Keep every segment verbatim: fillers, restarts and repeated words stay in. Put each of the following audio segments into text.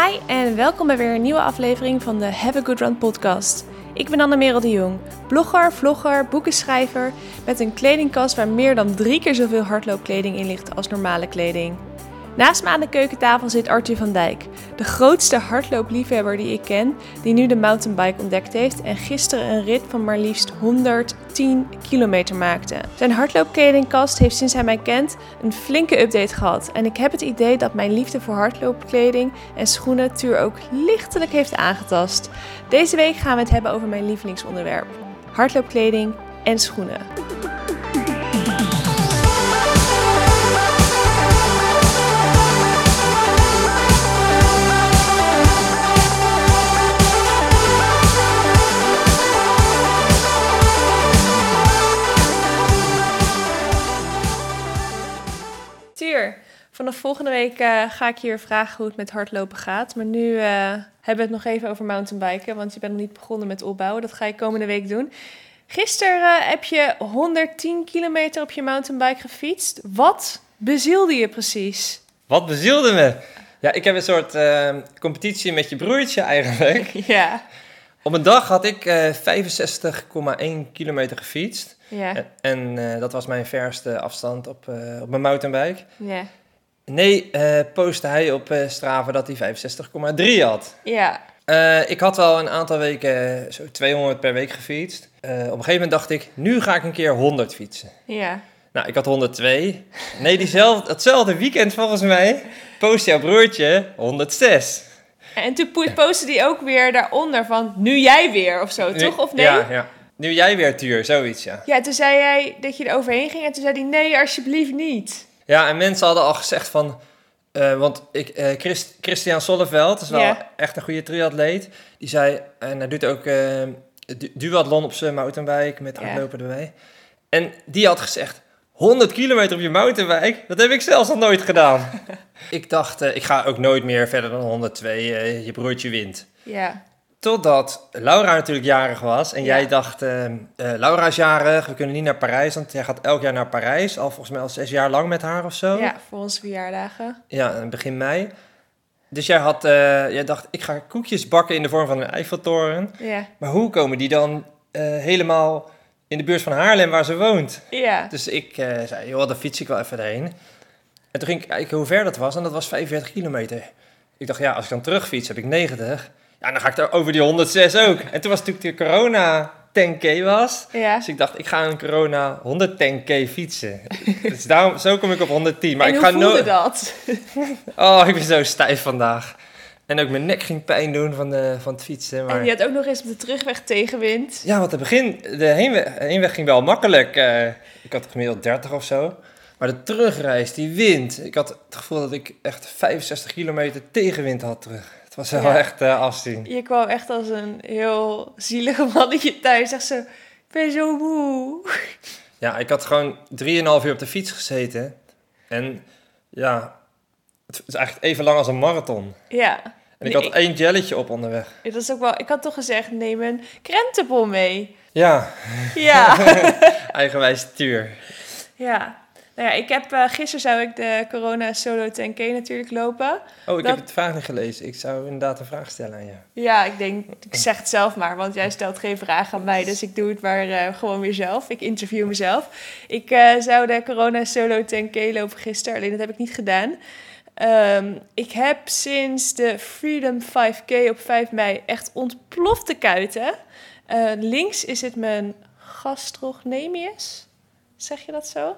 Hi en welkom bij weer een nieuwe aflevering van de Have a Good Run podcast. Ik ben Anne-Merel de Jong, blogger, vlogger, boekenschrijver met een kledingkast waar meer dan drie keer zoveel hardloopkleding in ligt als normale kleding. Naast me aan de keukentafel zit Arthur van Dijk, de grootste hardloopliefhebber die ik ken, die nu de mountainbike ontdekt heeft en gisteren een rit van maar liefst honderdtien kilometer maakte. Zijn hardloopkledingkast heeft sinds hij mij kent een flinke update gehad en ik heb het idee dat mijn liefde voor hardloopkleding en schoenen Tuur ook lichtelijk heeft aangetast. Deze week gaan we het hebben over mijn lievelingsonderwerp, hardloopkleding en schoenen. Vanaf volgende week uh, ga ik je vragen hoe het met hardlopen gaat. Maar nu uh, hebben we het nog even over mountainbiken, want je bent nog niet begonnen met opbouwen. Dat ga je komende week doen. Gisteren uh, heb je honderdtien kilometer op je mountainbike gefietst. Wat bezielde je precies? Wat bezielde me? Ja, ik heb een soort uh, competitie met je broertje eigenlijk. Ja. Op een dag had ik uh, vijfenzestig komma één kilometer gefietst. Ja. En, en uh, dat was mijn verste afstand op, uh, op mijn mountainbike. Ja. Nee, uh, postte hij op uh, Strava dat hij vijfenzestig komma drie had. Ja. Uh, ik had wel een aantal weken uh, zo tweehonderd per week gefietst. Uh, op een gegeven moment dacht ik, nu ga ik een keer honderd fietsen. Ja. Nou, ik had honderdtwee. Nee, diezelfde, hetzelfde weekend volgens mij postte jouw broertje honderdzes. En toen postte die ook weer daaronder van, nu jij weer of zo, nu, toch? Of nee? Ja, ja. Nu jij weer, Tuur, zoiets, ja. Ja, toen zei jij dat je er overheen ging en toen zei hij, nee, alsjeblieft niet. Ja, en mensen hadden al gezegd van... Uh, want ik, uh, Christ, Christian Solleveld, is wel yeah. echt een goede triatleet. Die zei, en hij doet ook uh, du- duathlon op zijn mountainbike met hardlopen yeah. erbij. En die had gezegd, honderd kilometer op je mountainbike, dat heb ik zelfs nog nooit gedaan. Ik dacht, uh, ik ga ook nooit meer verder dan honderdtwee, uh, je broertje wint. Ja. Yeah. Totdat Laura natuurlijk jarig was. En ja. jij dacht, uh, uh, Laura is jarig, we kunnen niet naar Parijs. Want jij gaat elk jaar naar Parijs. Al volgens mij al zes jaar lang met haar of zo. Ja, voor onze verjaardagen. Ja, begin mei. Dus jij, had, uh, jij dacht, ik ga koekjes bakken in de vorm van een Eiffeltoren. Ja. Maar hoe komen die dan uh, helemaal in de buurt van Haarlem waar ze woont? Ja. Dus ik uh, zei, joh, dan fiets ik wel even erheen. En toen ging ik kijken hoe ver dat was. En dat was vijfenveertig kilometer. Ik dacht, ja, als ik dan terugfiets, heb ik negentig. Ja, dan ga ik er over die honderdzes ook. En toen was natuurlijk de corona tien K was. Ja. Dus ik dacht, ik ga een corona honderdtien K fietsen. Dus daarom, zo kom ik op honderdtien. Maar en ik hoe ga voelde no- dat? Oh, ik ben zo stijf vandaag. En ook mijn nek ging pijn doen van, de, van het fietsen. Maar... En je had ook nog eens op de terugweg tegenwind. Ja, want het begin, de heenweg, heenweg ging wel makkelijk. Uh, ik had gemiddeld dertig of zo. Maar de terugreis, die wind. Ik had het gevoel dat ik echt vijfenzestig kilometer tegenwind had terug. Het was wel ja. echt uh, afzien. Je kwam echt als een heel zielige mannetje thuis. Echt zo, ik ben zo moe. Ja, ik had gewoon drieënhalf uur op de fiets gezeten. En ja, het is eigenlijk even lang als een marathon. Ja. En ik nee, had één jelletje op onderweg. Dat is ook wel, ik had toch gezegd, neem een krentenbol mee. Ja. Ja. Eigenwijs Tuur. Ja. Nou ja, ik heb, uh, gisteren zou ik de Corona Solo tien K natuurlijk lopen. Oh, ik dat... heb het vraag niet gelezen. Ik zou inderdaad een vraag stellen aan jou. Ja, ik denk, ik zeg het zelf maar, want jij stelt geen vraag aan mij. Dus ik doe het maar uh, gewoon weer zelf. Ik interview mezelf. Ik uh, zou de Corona Solo tien K lopen gisteren, alleen dat heb ik niet gedaan. Um, ik heb sinds de Freedom vijf K op vijf mei echt ontplofte kuiten. Uh, links is het mijn gastrocnemius. Zeg je dat zo?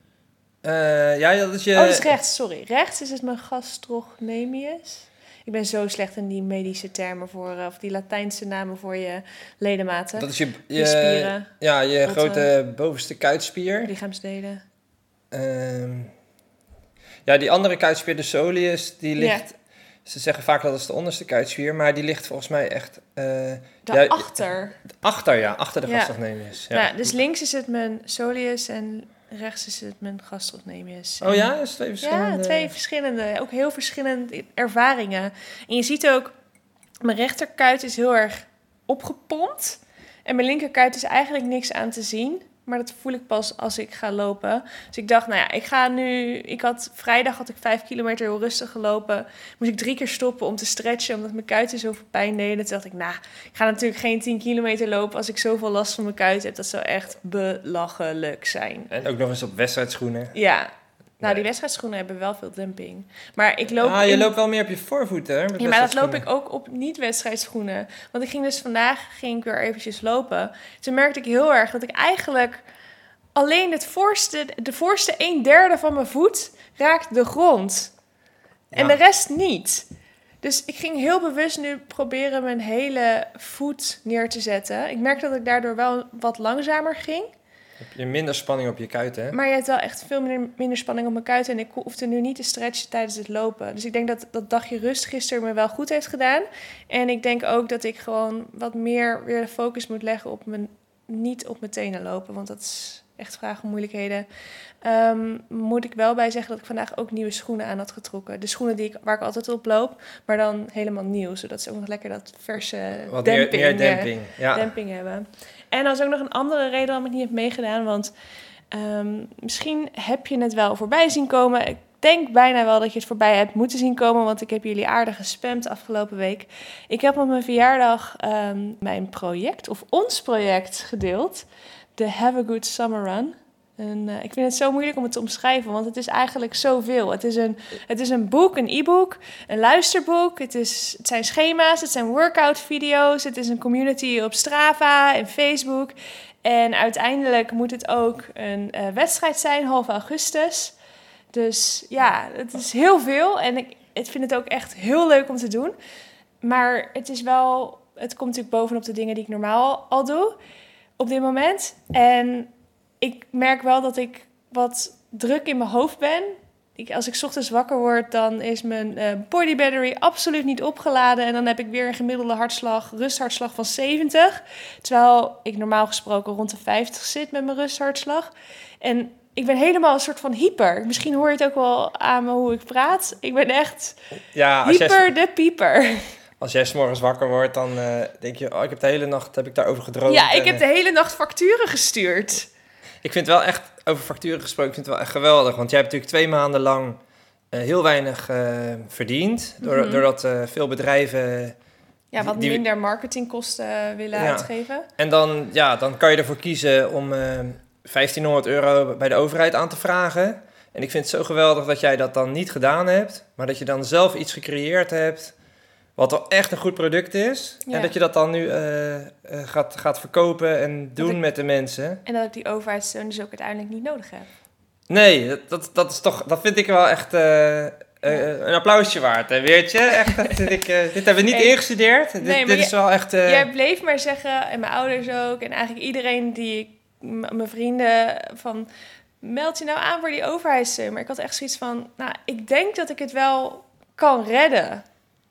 Uh, ja, dat is je... Oh, dat is rechts, sorry. Rechts is het mijn gastrocnemius. Ik ben zo slecht in die medische termen voor, uh, of die Latijnse namen voor je ledematen. Dat is je... je, je spieren. Ja, je botten, grote bovenste kuitspier. Lichaamsdelen. Um, ja, die andere kuitspier, de soleus, die ligt... Ja. Ze zeggen vaak dat is de onderste kuitspier, maar die ligt volgens mij echt... Uh, Daarachter. Ja, achter, ja. Achter de ja. gastrocnemius. Ja. Nou, dus links is het mijn soleus en rechts is het mijn gastrocnemius. Oh ja? Dat is twee verschillende... Ja, twee verschillende. Ook heel verschillende ervaringen. En je ziet ook, mijn rechterkuit is heel erg opgepompt. En mijn linkerkuit is eigenlijk niks aan te zien. Maar dat voel ik pas als ik ga lopen. Dus ik dacht, nou ja, ik ga nu... Ik had vrijdag had ik vijf kilometer heel rustig gelopen. Moest ik drie keer stoppen om te stretchen, omdat mijn kuiten zoveel pijn deden. Toen dacht ik, nou, ik ga natuurlijk geen tien kilometer lopen als ik zoveel last van mijn kuiten heb. Dat zou echt belachelijk zijn. En ook nog eens op wedstrijdschoenen. Ja. Nou, die wedstrijdschoenen hebben wel veel demping. Maar ik loop... Ah, je in... loopt wel meer op je voorvoeten, hè? Ja, maar dat loop ik ook op niet-wedstrijdschoenen. Want ik ging dus vandaag ging ik weer eventjes lopen. Toen merkte ik heel erg dat ik eigenlijk alleen het voorste, de voorste een derde van mijn voet raakt de grond. En Ja. de rest niet. Dus ik ging heel bewust nu proberen mijn hele voet neer te zetten. Ik merkte dat ik daardoor wel wat langzamer ging. Heb je minder spanning op je kuiten, hè? Maar je hebt wel echt veel minder, minder spanning op mijn kuiten. En ik hoefde nu niet te stretchen tijdens het lopen. Dus ik denk dat dat dagje rust gisteren me wel goed heeft gedaan. En ik denk ook dat ik gewoon wat meer weer de focus moet leggen op mijn, niet op mijn tenen lopen. Want dat is echt vragen om moeilijkheden. Um, moet ik wel bij zeggen dat ik vandaag ook nieuwe schoenen aan had getrokken. De schoenen die ik, waar ik altijd op loop, maar dan helemaal nieuw. Zodat ze ook nog lekker dat verse Wat demping, meer, meer demping. Ja. demping hebben. En dan is ook nog een andere reden waarom ik niet heb meegedaan. Want um, misschien heb je het wel voorbij zien komen. Ik denk bijna wel dat je het voorbij hebt moeten zien komen. Want ik heb jullie aardig gespamd afgelopen week. Ik heb op mijn verjaardag um, mijn project, of ons project, gedeeld. De Have a Good Summer Run. En uh, ik vind het zo moeilijk om het te omschrijven, want het is eigenlijk zoveel. Het is een, het is een boek, een e-book, een luisterboek. Het, is, het zijn schema's, het zijn workout-video's. Het is een community op Strava en Facebook. En uiteindelijk moet het ook een uh, wedstrijd zijn, half augustus. Dus ja, het is heel veel. En ik, ik vind het ook echt heel leuk om te doen. Maar het is wel, het komt natuurlijk bovenop de dingen die ik normaal al doe op dit moment. En ik merk wel dat ik wat druk in mijn hoofd ben. Ik, als ik 's ochtends wakker word, dan is mijn uh, body battery absoluut niet opgeladen. En dan heb ik weer een gemiddelde hartslag, rusthartslag van zeventig. Terwijl ik normaal gesproken rond de vijftig zit met mijn rusthartslag. En ik ben helemaal een soort van hyper. Misschien hoor je het ook wel aan me hoe ik praat. Ik ben echt Ja, als hyper jij, de pieper. Als jij 's morgens wakker wordt, dan uh, denk je... Oh, ik heb de hele nacht heb ik daarover gedroomd. Ja, ik en, heb de hele nacht facturen gestuurd. Ik vind het wel echt, over facturen gesproken, ik vind het wel echt geweldig. Want jij hebt natuurlijk twee maanden lang uh, heel weinig uh, verdiend. Door, Mm-hmm. Doordat uh, veel bedrijven... Ja, wat die, minder marketingkosten willen ja. uitgeven. En dan, ja, dan kan je ervoor kiezen om uh, vijftienhonderd euro bij de overheid aan te vragen. En ik vind het zo geweldig dat jij dat dan niet gedaan hebt. Maar dat je dan zelf iets gecreëerd hebt wat wel echt een goed product is. Ja. En dat je dat dan nu uh, uh, gaat, gaat verkopen en doen ik, met de mensen. En dat ik die overheidssteun dus ook uiteindelijk niet nodig heb. Nee, dat, dat, dat is toch, dat vind ik wel echt uh, uh, een applausje waard. Hè, weet je? Echt, dat vind ik, uh, dit hebben we niet hey, ingestudeerd. Nee, dit dit je, is wel echt... Uh... Jij bleef maar zeggen, en mijn ouders ook, en eigenlijk iedereen die ik, m- mijn vrienden, van meld je nou aan voor die overheidssteun. Maar ik had echt zoiets van, nou, ik denk dat ik het wel kan redden.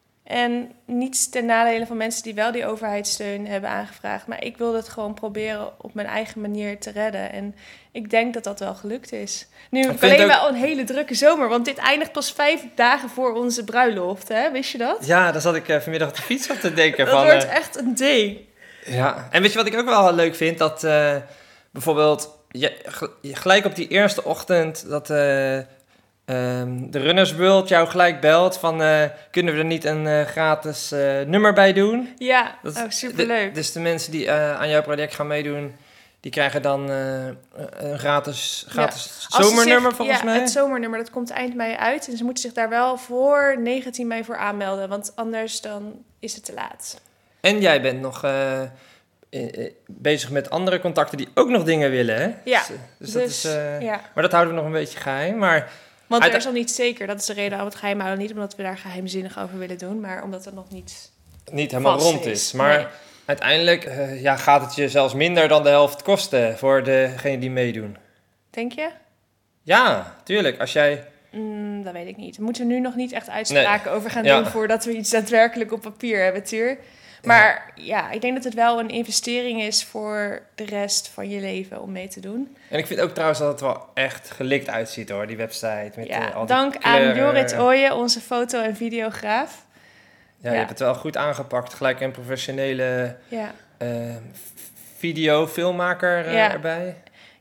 En niets ten nadele van mensen die wel die overheidssteun hebben aangevraagd. Maar ik wilde het gewoon proberen op mijn eigen manier te redden. En ik denk dat dat wel gelukt is. Nu heb ik alleen ook... wel een hele drukke zomer. Want dit eindigt pas vijf dagen voor onze bruiloft. Hè? Wist je dat? Ja, daar zat ik uh, vanmiddag op de fiets op te denken. Dat van, wordt uh... echt een ding. Ja, en weet je wat ik ook wel leuk vind? Dat uh, bijvoorbeeld je, gelijk op die eerste ochtend... dat uh, Um, de Runners World jou gelijk belt van... Uh, kunnen we er niet een uh, gratis uh, nummer bij doen? Ja, dat is oh, superleuk. De, dus de mensen die uh, aan jouw project gaan meedoen... die krijgen dan uh, een gratis, gratis ja. zomernummer zich, volgens ja, mij. Ja, het zomernummer, dat komt eind mei uit. En ze moeten zich daar wel voor negentien mei voor aanmelden. Want anders dan is het te laat. En jij bent nog... Uh, bezig met andere contacten die ook nog dingen willen, hè? Ja. Dus, dus dat dus, is... Uh, ja. Maar dat houden we nog een beetje geheim, maar... Want er is al niet zeker. Dat is de reden waarom we het geheim houden. Niet omdat we daar geheimzinnig over willen doen, maar omdat het nog niet Niet helemaal rond is. is. Maar nee. uiteindelijk uh, ja, gaat het je zelfs minder dan de helft kosten voor degenen die meedoen. Denk je? Ja, tuurlijk. Als jij... Mm, dat weet ik niet. We moeten nu nog niet echt uitspraken nee. over gaan ja. doen voordat we iets daadwerkelijk op papier hebben, Tuur. Maar ja. ja, ik denk dat het wel een investering is voor de rest van je leven om mee te doen. En ik vind ook trouwens dat het wel echt gelikt uitziet hoor, die website. Met ja, uh, al die dank kleuren. aan Jorrit Ooyen, onze foto- en videograaf. Ja, ja, je hebt het wel goed aangepakt. Gelijk een professionele ja. uh, video, filmmaker uh, ja. erbij.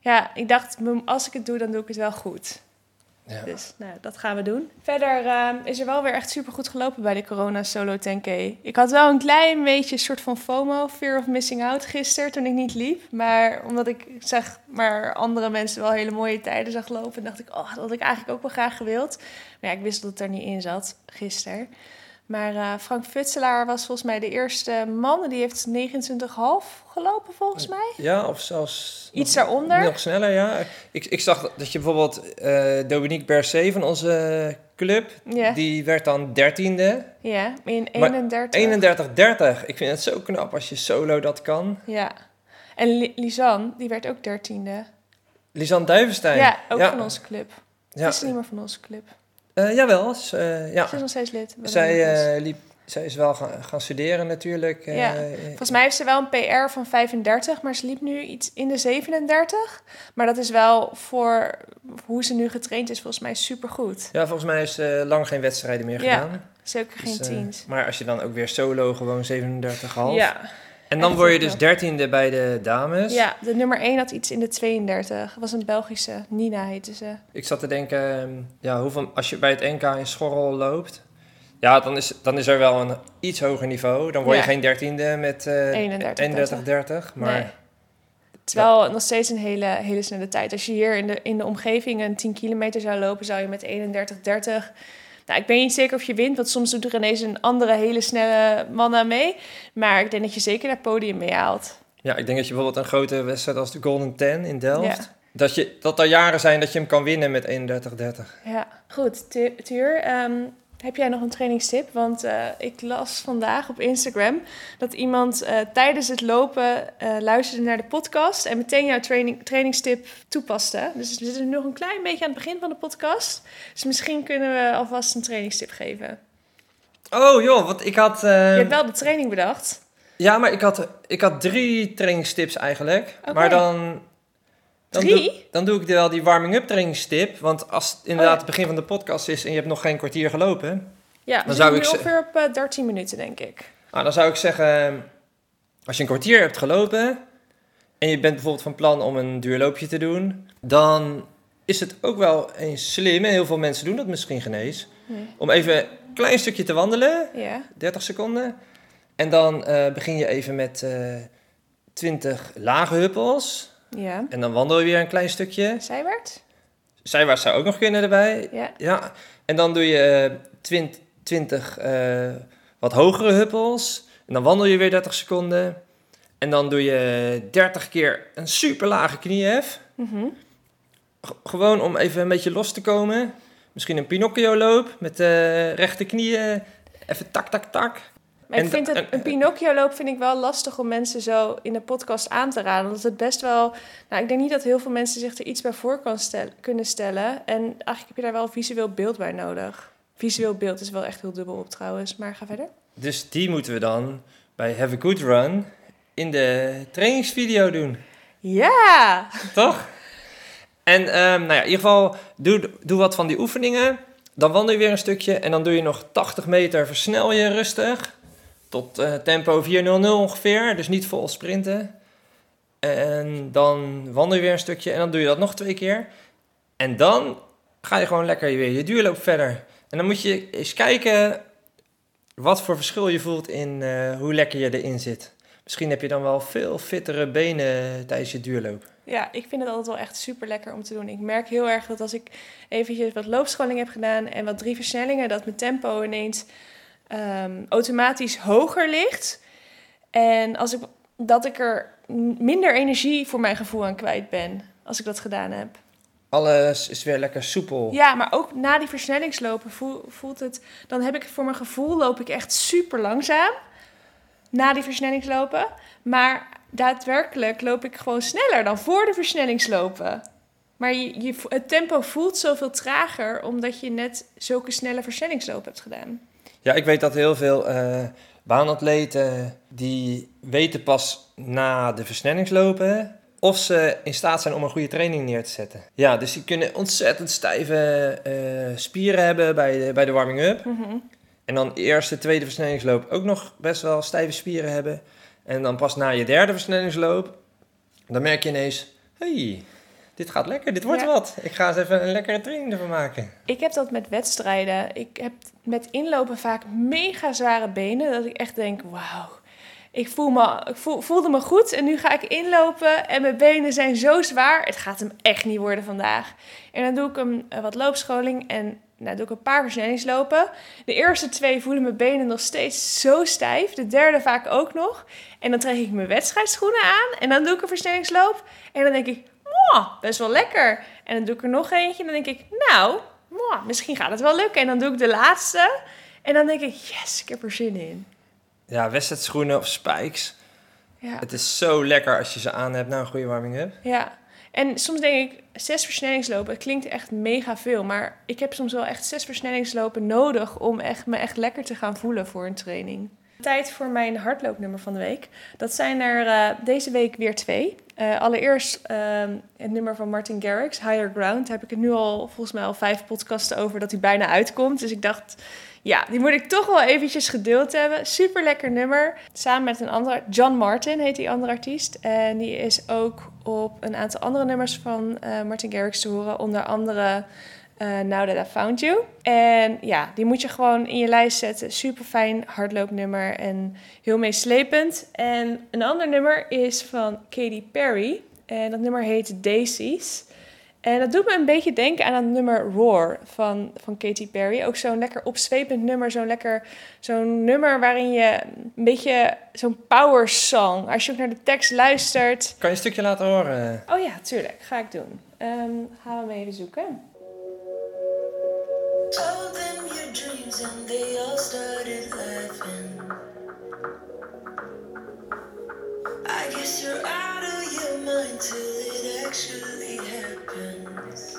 Ja, ik dacht, als ik het doe, dan doe ik het wel goed. Ja. Dus nou, dat gaan we doen. Verder uh, is er wel weer echt super goed gelopen bij de Corona Solo ten K. Ik had wel een klein beetje een soort van FOMO, fear of missing out, gisteren toen ik niet liep. Maar omdat ik zeg maar andere mensen wel hele mooie tijden zag lopen, dacht ik, oh, dat had ik eigenlijk ook wel graag gewild. Maar ja, ik wist dat het er niet in zat gisteren. Maar uh, Frank Futselaar was volgens mij de eerste man. Die heeft negenentwintig komma vijf gelopen volgens mij. Ja, of zelfs... Iets nog, daaronder. Nog sneller, ja. Ik, ik zag dat je bijvoorbeeld uh, Dominique Bercé van onze club... Ja. Die werd dan dertiende. Ja, in eenendertig. eenendertig dertig. Ik vind het zo knap als je solo dat kan. Ja. En Li- Lisanne, die werd ook dertiende. Lisanne Duivenstein. Ja, ook ja. van onze club. Ja. Ze is niet meer van onze club. Uh, jawel, ze, uh, ja. Ze is nog steeds lid. Zij, uh, liep, zij is wel gaan, gaan studeren natuurlijk. Uh, ja. Volgens mij heeft ze wel een P R van vijfendertig, maar ze liep nu iets in de zevenendertig. Maar dat is wel voor hoe ze nu getraind is volgens mij supergoed. Ja, volgens mij is ze uh, lang geen wedstrijden meer gedaan. Ja, zeker geen dus, uh, teams. Maar als je dan ook weer solo gewoon zevenendertig komma vijf. Ja. En dan word je dus dertiende bij de dames. Ja, de nummer één had iets in de tweeëndertig. Dat was een Belgische, Nina heette ze. Ik zat te denken, ja, hoeveel, als je bij het N K in Schorrel loopt... Ja, dan is, dan is er wel een iets hoger niveau. Dan word je ja. geen dertiende met uh, eenendertig dertig. Maar... Nee. Het is wel ja. nog steeds een hele, hele snelle tijd. Als je hier in de, in de omgeving een tien kilometer zou lopen, zou je met eenendertig dertig... Nou, ik ben niet zeker of je wint, want soms doet er ineens een andere hele snelle man aan mee. Maar ik denk dat je zeker naar het podium mee haalt. Ja, ik denk dat je bijvoorbeeld een grote wedstrijd als de Golden Ten in Delft... Ja. Dat, je, dat er jaren zijn dat je hem kan winnen met eenendertig dertig. Ja, goed. Tuur, um, heb jij nog een trainingstip? Want uh, ik las vandaag op Instagram dat iemand uh, tijdens het lopen uh, luisterde naar de podcast en meteen jouw training, trainingstip toepaste. Dus we zitten nog een klein beetje aan het begin van de podcast. Dus misschien kunnen we alvast een trainingstip geven. Oh joh, want ik had... Uh... Je hebt wel de training bedacht. Ja, maar ik had, ik had drie trainingstips eigenlijk. Okay. Maar dan... Dan Drie? Doe, dan doe ik wel die warming-up trainingstip. Want als het inderdaad oh, ja. het begin van de podcast is en je hebt nog geen kwartier gelopen... Ja, dan zou ik nu ongeveer op uh, dertien minuten, denk ik. Nou, dan zou ik zeggen, als je een kwartier hebt gelopen... en je bent bijvoorbeeld van plan om een duurloopje te doen... dan is het ook wel eens slim, en heel veel mensen doen dat misschien geen eens... Nee. om even een klein stukje te wandelen, ja. dertig seconden... en dan uh, begin je even met uh, twintig lage huppels... Ja. En dan wandel je weer een klein stukje. Zijwaarts? Zijwaarts zou ook nog kunnen erbij. Ja. ja. En dan doe je uh, twintig, twintig uh, wat hogere huppels. En dan wandel je weer dertig seconden. En dan doe je dertig keer een super lage kniehef. Mm-hmm. G- gewoon om even een beetje los te komen. Misschien een Pinocchio-loop met de uh, rechte knieën. Even tak, tak, tak. Maar en ik vind het, een Pinocchio-loop vind ik wel lastig om mensen zo in de podcast aan te raden. Dat het best wel... Nou, ik denk niet dat heel veel mensen zich er iets bij voor kan stel, kunnen stellen. En eigenlijk heb je daar wel een visueel beeld bij nodig. Visueel beeld is wel echt heel dubbel op trouwens, maar ga verder. Dus die moeten we dan bij Have a Good Run in de trainingsvideo doen. Ja! Toch? En um, nou ja, in ieder geval, doe, doe wat van die oefeningen. Dan wandel je weer een stukje en dan doe je nog tachtig meter, versnel je rustig... Tot uh, tempo vierhonderd ongeveer, dus niet vol sprinten. En dan wandel je weer een stukje en dan doe je dat nog twee keer. En dan ga je gewoon lekker weer je duurloop verder. En dan moet je eens kijken wat voor verschil je voelt in uh, hoe lekker je erin zit. Misschien heb je dan wel veel fittere benen tijdens je duurloop. Ja, ik vind het altijd wel echt super lekker om te doen. Ik merk heel erg dat als ik eventjes wat loopscholing heb gedaan en wat drie versnellingen, dat mijn tempo ineens... Um, automatisch hoger ligt. En als ik, dat ik er minder energie voor mijn gevoel aan kwijt ben. Als ik dat gedaan heb. Alles is weer lekker soepel. Ja, maar ook na die versnellingslopen voel, voelt het... Dan heb ik voor mijn gevoel loop ik echt super langzaam. Na die versnellingslopen. Maar daadwerkelijk loop ik gewoon sneller dan voor de versnellingslopen. Maar je, je, het tempo voelt zoveel trager, omdat je net zulke snelle versnellingslopen hebt gedaan. Ja, ik weet dat heel veel uh, baanatleten, die weten pas na de versnellingslopen of ze in staat zijn om een goede training neer te zetten. Ja, dus die kunnen ontzettend stijve uh, spieren hebben bij de, bij de warming-up. Mm-hmm. En dan eerste, tweede versnellingsloop ook nog best wel stijve spieren hebben. En dan pas na je derde versnellingsloop, dan merk je ineens, hey, dit gaat lekker, dit wordt Ja. wat. Ik ga eens even een lekkere training ervan maken. Ik heb dat met wedstrijden. Ik heb met inlopen vaak mega zware benen. Dat ik echt denk, wauw. Ik, voel me, ik voel, voelde me goed en nu ga ik inlopen en mijn benen zijn zo zwaar. Het gaat hem echt niet worden vandaag. En dan doe ik een, wat loopscholing en nou, doe ik een paar versnellingslopen. De eerste twee voelen mijn benen nog steeds zo stijf. De derde vaak ook nog. En dan trek ik mijn wedstrijdschoenen aan en dan doe ik een versnellingsloop. En dan denk ik, mwah, best wel lekker. En dan doe ik er nog eentje en dan denk ik, nou, mwah, misschien gaat het wel lukken. En dan doe ik de laatste en dan denk ik, yes, ik heb er zin in. Ja, wedstrijdschoenen of spikes. Ja. Het is zo lekker als je ze aan hebt na een goede warming-up. Ja, en soms denk ik, zes versnellingslopen, het klinkt echt mega veel. Maar ik heb soms wel echt zes versnellingslopen nodig om echt, me echt lekker te gaan voelen voor een training. Tijd voor mijn hardloopnummer van de week. Dat zijn er uh, deze week weer twee. Uh, allereerst uh, het nummer van Martin Garrix, Higher Ground. Daar heb ik het nu al volgens mij al vijf podcasten over dat hij bijna uitkomt. Dus ik dacht, ja, die moet ik toch wel eventjes geduld hebben. Super lekker nummer. Samen met een andere, John Martin heet die andere artiest. En die is ook op een aantal andere nummers van uh, Martin Garrix te horen. Onder andere uh, Now That I Found You. En ja, die moet je gewoon in je lijst zetten. Super fijn hardloopnummer en heel meeslepend. En een ander nummer is van Katy Perry. En dat nummer heet Daisies. En dat doet me een beetje denken aan het nummer Roar van, van Katy Perry. Ook zo'n lekker opzwepend nummer. Zo'n lekker, zo'n nummer waarin je een beetje zo'n power song. Als je ook naar de tekst luistert. Kan je een stukje laten horen? Oh ja, tuurlijk. Ga ik doen. Um, gaan we hem even zoeken. Told them your dreams and they all started laughing. I guess you're out of your mind till it actually happens.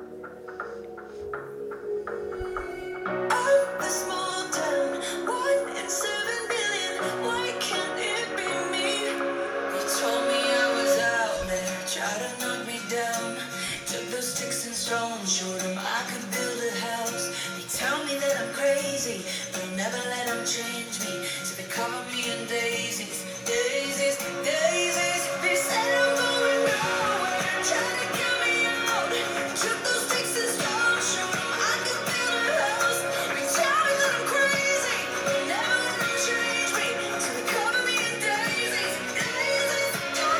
Oh, the small town, one in seven billion. Why can't it be me? You told me I was out there, tried to knock me down. Took those sticks and stones, showed them I could build a house. They tell me that I'm crazy, but never let them change me. So they cover me in daisies. Daisies, daisies, they said I'm going nowhere, trying to get me out. Took those sticks and stones, showed them I could build a house. They tell me that I'm crazy, but never let them change me. So they cover me in daisies, daisies,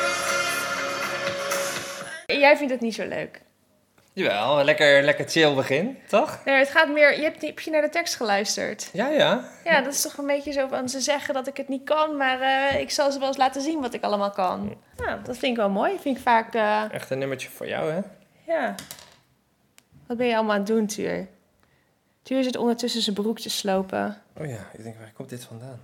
daisies. Jij vindt het niet zo leuk? Jawel, lekker, lekker chill begin, toch? Nee, het gaat meer... Je hebt, heb je naar de tekst geluisterd? Ja, ja. Ja, dat is toch een beetje zo van... Ze zeggen dat ik het niet kan, maar uh, ik zal ze wel eens laten zien wat ik allemaal kan. Nou, dat vind ik wel mooi. Vind ik vaak... Uh, Echt een nummertje voor jou, hè? Ja. Wat ben je allemaal aan het doen, Tuur? Tuur zit ondertussen zijn broek te slopen. Oh ja, ik denk, waar komt dit vandaan?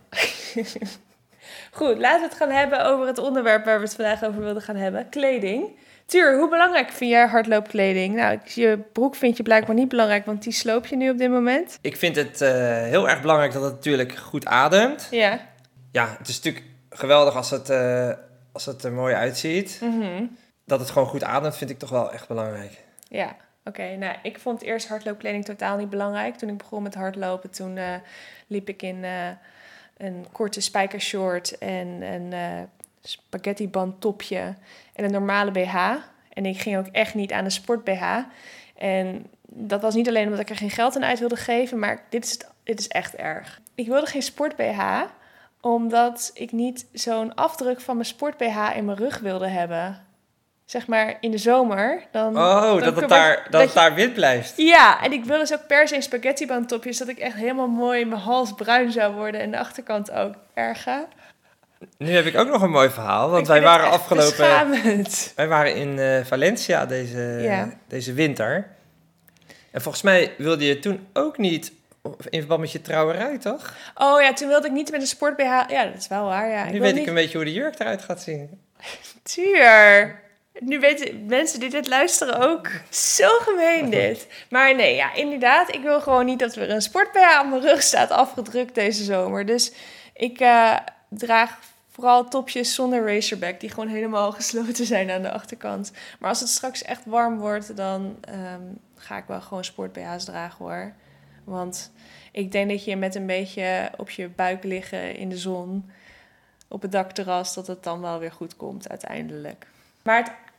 Goed, laten we het gaan hebben over het onderwerp waar we het vandaag over wilden gaan hebben. Kleding. Tuur, hoe belangrijk vind jij hardloopkleding? Nou, je broek vind je blijkbaar niet belangrijk, want die sloop je nu op dit moment. Ik vind het uh, heel erg belangrijk dat het natuurlijk goed ademt. Ja. Ja, het is natuurlijk geweldig als het, uh, als het er mooi uitziet. Mm-hmm. Dat het gewoon goed ademt vind ik toch wel echt belangrijk. Ja, oké. Okay, nou, ik vond eerst hardloopkleding totaal niet belangrijk. Toen ik begon met hardlopen, toen uh, liep ik in uh, een korte spijkershort en een uh, spaghettiband topje en een normale B H. En ik ging ook echt niet aan de sport B H. En dat was niet alleen omdat ik er geen geld aan uit wilde geven, maar dit is, dit is echt erg. Ik wilde geen sport B H, omdat ik niet zo'n afdruk van mijn sport B H in mijn rug wilde hebben. Zeg maar in de zomer. Dan, oh, dan dat het daar, dat dat het daar wit blijft. Ja, en ik wilde dus ook per se een spaghettiband topje, zodat ik echt helemaal mooi mijn hals bruin zou worden en de achterkant ook erger. Nu heb ik ook nog een mooi verhaal, want wij waren afgelopen... Beschamend. Wij waren in uh, Valencia deze, ja. deze winter. En volgens mij wilde je toen ook niet in verband met je trouwerij, toch? Oh ja, toen wilde ik niet met een sport B H. Ja, dat is wel waar, ja. Nu ik weet niet... ik een beetje hoe de jurk eruit gaat zien. Tuur. Nu weten mensen die dit luisteren ook. Zo gemeen dit. Maar nee, ja, inderdaad. Ik wil gewoon niet dat er een sport B H aan mijn rug staat afgedrukt deze zomer. Dus ik uh, draag vooral topjes zonder racerback, die gewoon helemaal gesloten zijn aan de achterkant. Maar als het straks echt warm wordt, dan um, ga ik wel gewoon sport B H's dragen, hoor. Want ik denk dat je met een beetje op je buik liggen in de zon, op het dakterras, dat het dan wel weer goed komt uiteindelijk. Maar het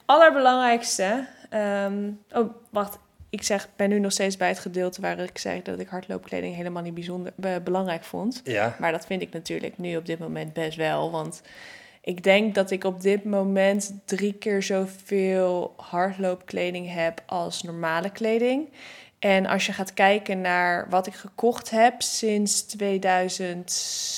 allerbelangrijkste... Um, oh, wacht. Ik zeg, ben nu nog steeds bij het gedeelte waar ik zei dat ik hardloopkleding helemaal niet bijzonder be- belangrijk vond. Ja. Maar dat vind ik natuurlijk nu op dit moment best wel. Want ik denk dat ik op dit moment drie keer zoveel hardloopkleding heb als normale kleding. En als je gaat kijken naar wat ik gekocht heb sinds twintig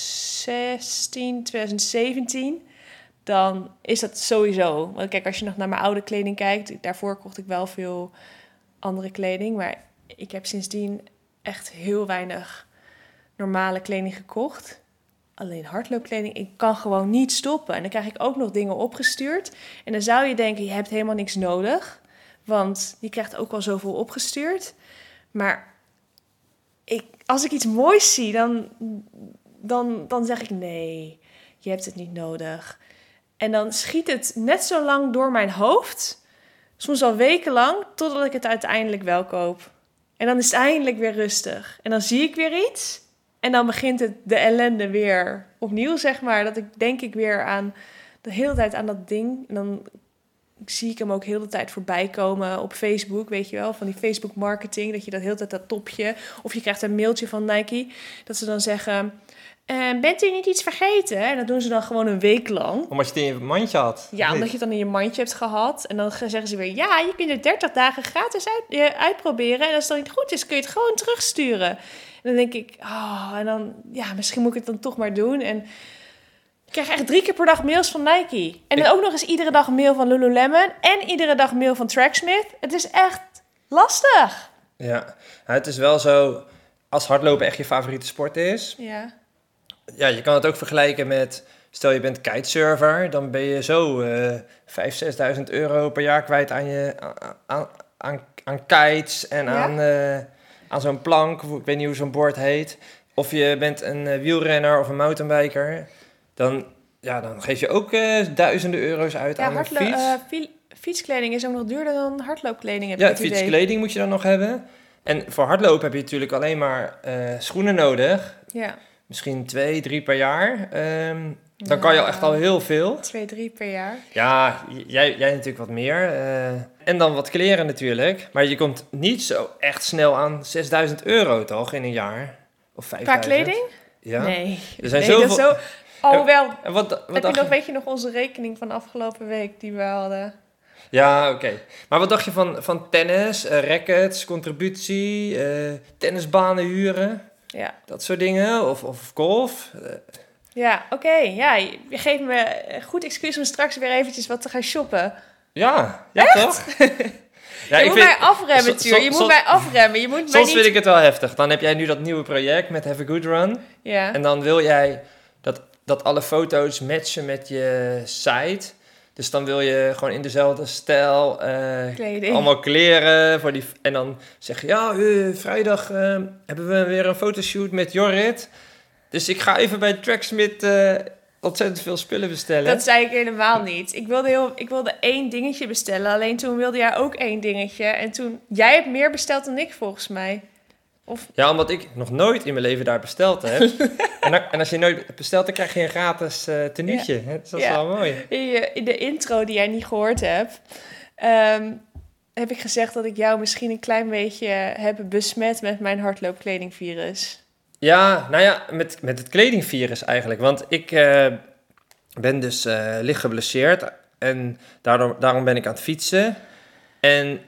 zestien, twintig zeventien... dan is dat sowieso. Want kijk, als je nog naar mijn oude kleding kijkt... daarvoor kocht ik wel veel andere kleding. Maar ik heb sindsdien echt heel weinig normale kleding gekocht. Alleen hardloopkleding, ik kan gewoon niet stoppen. En dan krijg ik ook nog dingen opgestuurd. En dan zou je denken, je hebt helemaal niks nodig. Want je krijgt ook wel zoveel opgestuurd. Maar ik, als ik iets moois zie, dan, dan, dan zeg ik nee, je hebt het niet nodig. En dan schiet het net zo lang door mijn hoofd, soms al wekenlang, totdat ik het uiteindelijk wel koop. En dan is het eindelijk weer rustig. En dan zie ik weer iets en dan begint het de ellende weer opnieuw, zeg maar. Dat ik denk ik weer aan de hele tijd aan dat ding. En dan zie ik hem ook heel de tijd voorbij komen op Facebook, weet je wel, van die Facebook marketing, dat je dat heel de tijd dat topje, of je krijgt een mailtje van Nike, dat ze dan zeggen, uh, bent u niet iets vergeten? En dat doen ze dan gewoon een week lang. Omdat je het in je mandje had. Ja, omdat je het dan in je mandje hebt gehad. En dan zeggen ze weer, ja, je kunt het dertig dagen gratis uit, uh, uitproberen. En als het dan niet goed is, kun je het gewoon terugsturen. En dan denk ik, oh, en dan, ja, misschien moet ik het dan toch maar doen. En ik krijg echt drie keer per dag mails van Nike. En dan ook nog eens iedere dag een mail van Lululemon. En iedere dag een mail van Tracksmith. Het is echt lastig. Ja, het is wel zo, als hardlopen echt je favoriete sport is. Ja. Ja, je kan het ook vergelijken met, stel je bent kitesurfer. Dan ben je zo uh, vijfduizend, zesduizend euro per jaar kwijt aan, je, aan, aan, aan kites. En ja? aan, uh, aan zo'n plank, ik weet niet hoe zo'n board heet. Of je bent een uh, wielrenner of een mountainbiker. Dan, ja, dan geef je ook uh, duizenden euro's uit ja, aan hardlo- een fiets. Uh, fietskleding is ook nog duurder dan hardloopkleding. Heb ja, het fietskleding moet je dan nog hebben. En voor hardlopen heb je natuurlijk alleen maar uh, schoenen nodig. Ja. Misschien twee, drie per jaar. Um, dan ja, kan je al echt al heel veel. Twee, drie per jaar. Ja, jij, jij natuurlijk wat meer. Uh, en dan wat kleren natuurlijk. Maar je komt niet zo echt snel aan zesduizend euro toch in een jaar? Of vijfduizend. Qua kleding? Ja. Nee. Er zijn nee, zoveel... dat is zo... Oh, wel. En wat, wat heb je nog, weet je nog onze rekening van afgelopen week die we hadden? Ja, oké. Okay. Maar wat dacht je van, van tennis, uh, rackets, contributie, uh, tennisbanen huren? Ja. Dat soort dingen? Of, of golf? Uh. Ja, oké. Okay. Ja, je geeft me een goed excuus om straks weer eventjes wat te gaan shoppen. Ja, ja echt? Toch? Ja, je ik moet vind, mij afremmen, Tuur. Je moet soms, mij afremmen. Je moet soms mij niet... vind ik het wel heftig. Dan heb jij nu dat nieuwe project met Have a Good Run. Ja. En dan wil jij dat, dat alle foto's matchen met je site. Dus dan wil je gewoon in dezelfde stijl uh, allemaal kleren. Voor die, en dan zeg je, ja, uh, vrijdag uh, hebben we weer een fotoshoot met Jorrit. Dus ik ga even bij Tracksmith uh, ontzettend veel spullen bestellen. Dat zei ik helemaal niet. Ik wilde, heel, ik wilde één dingetje bestellen. Alleen toen wilde jij ook één dingetje. En toen, jij hebt meer besteld dan ik volgens mij. Of... Ja, omdat ik nog nooit in mijn leven daar besteld heb. en, dan, en als je nooit bestelt, dan krijg je een gratis uh, tenuutje. Ja. Dus dat is ja. wel mooi. In, in de intro die jij niet gehoord hebt, um, heb ik gezegd dat ik jou misschien een klein beetje heb besmet met mijn hardloopkledingvirus. Ja, nou ja, met, met het kledingvirus eigenlijk. Want ik uh, ben dus uh, licht geblesseerd en daardoor, daarom ben ik aan het fietsen. En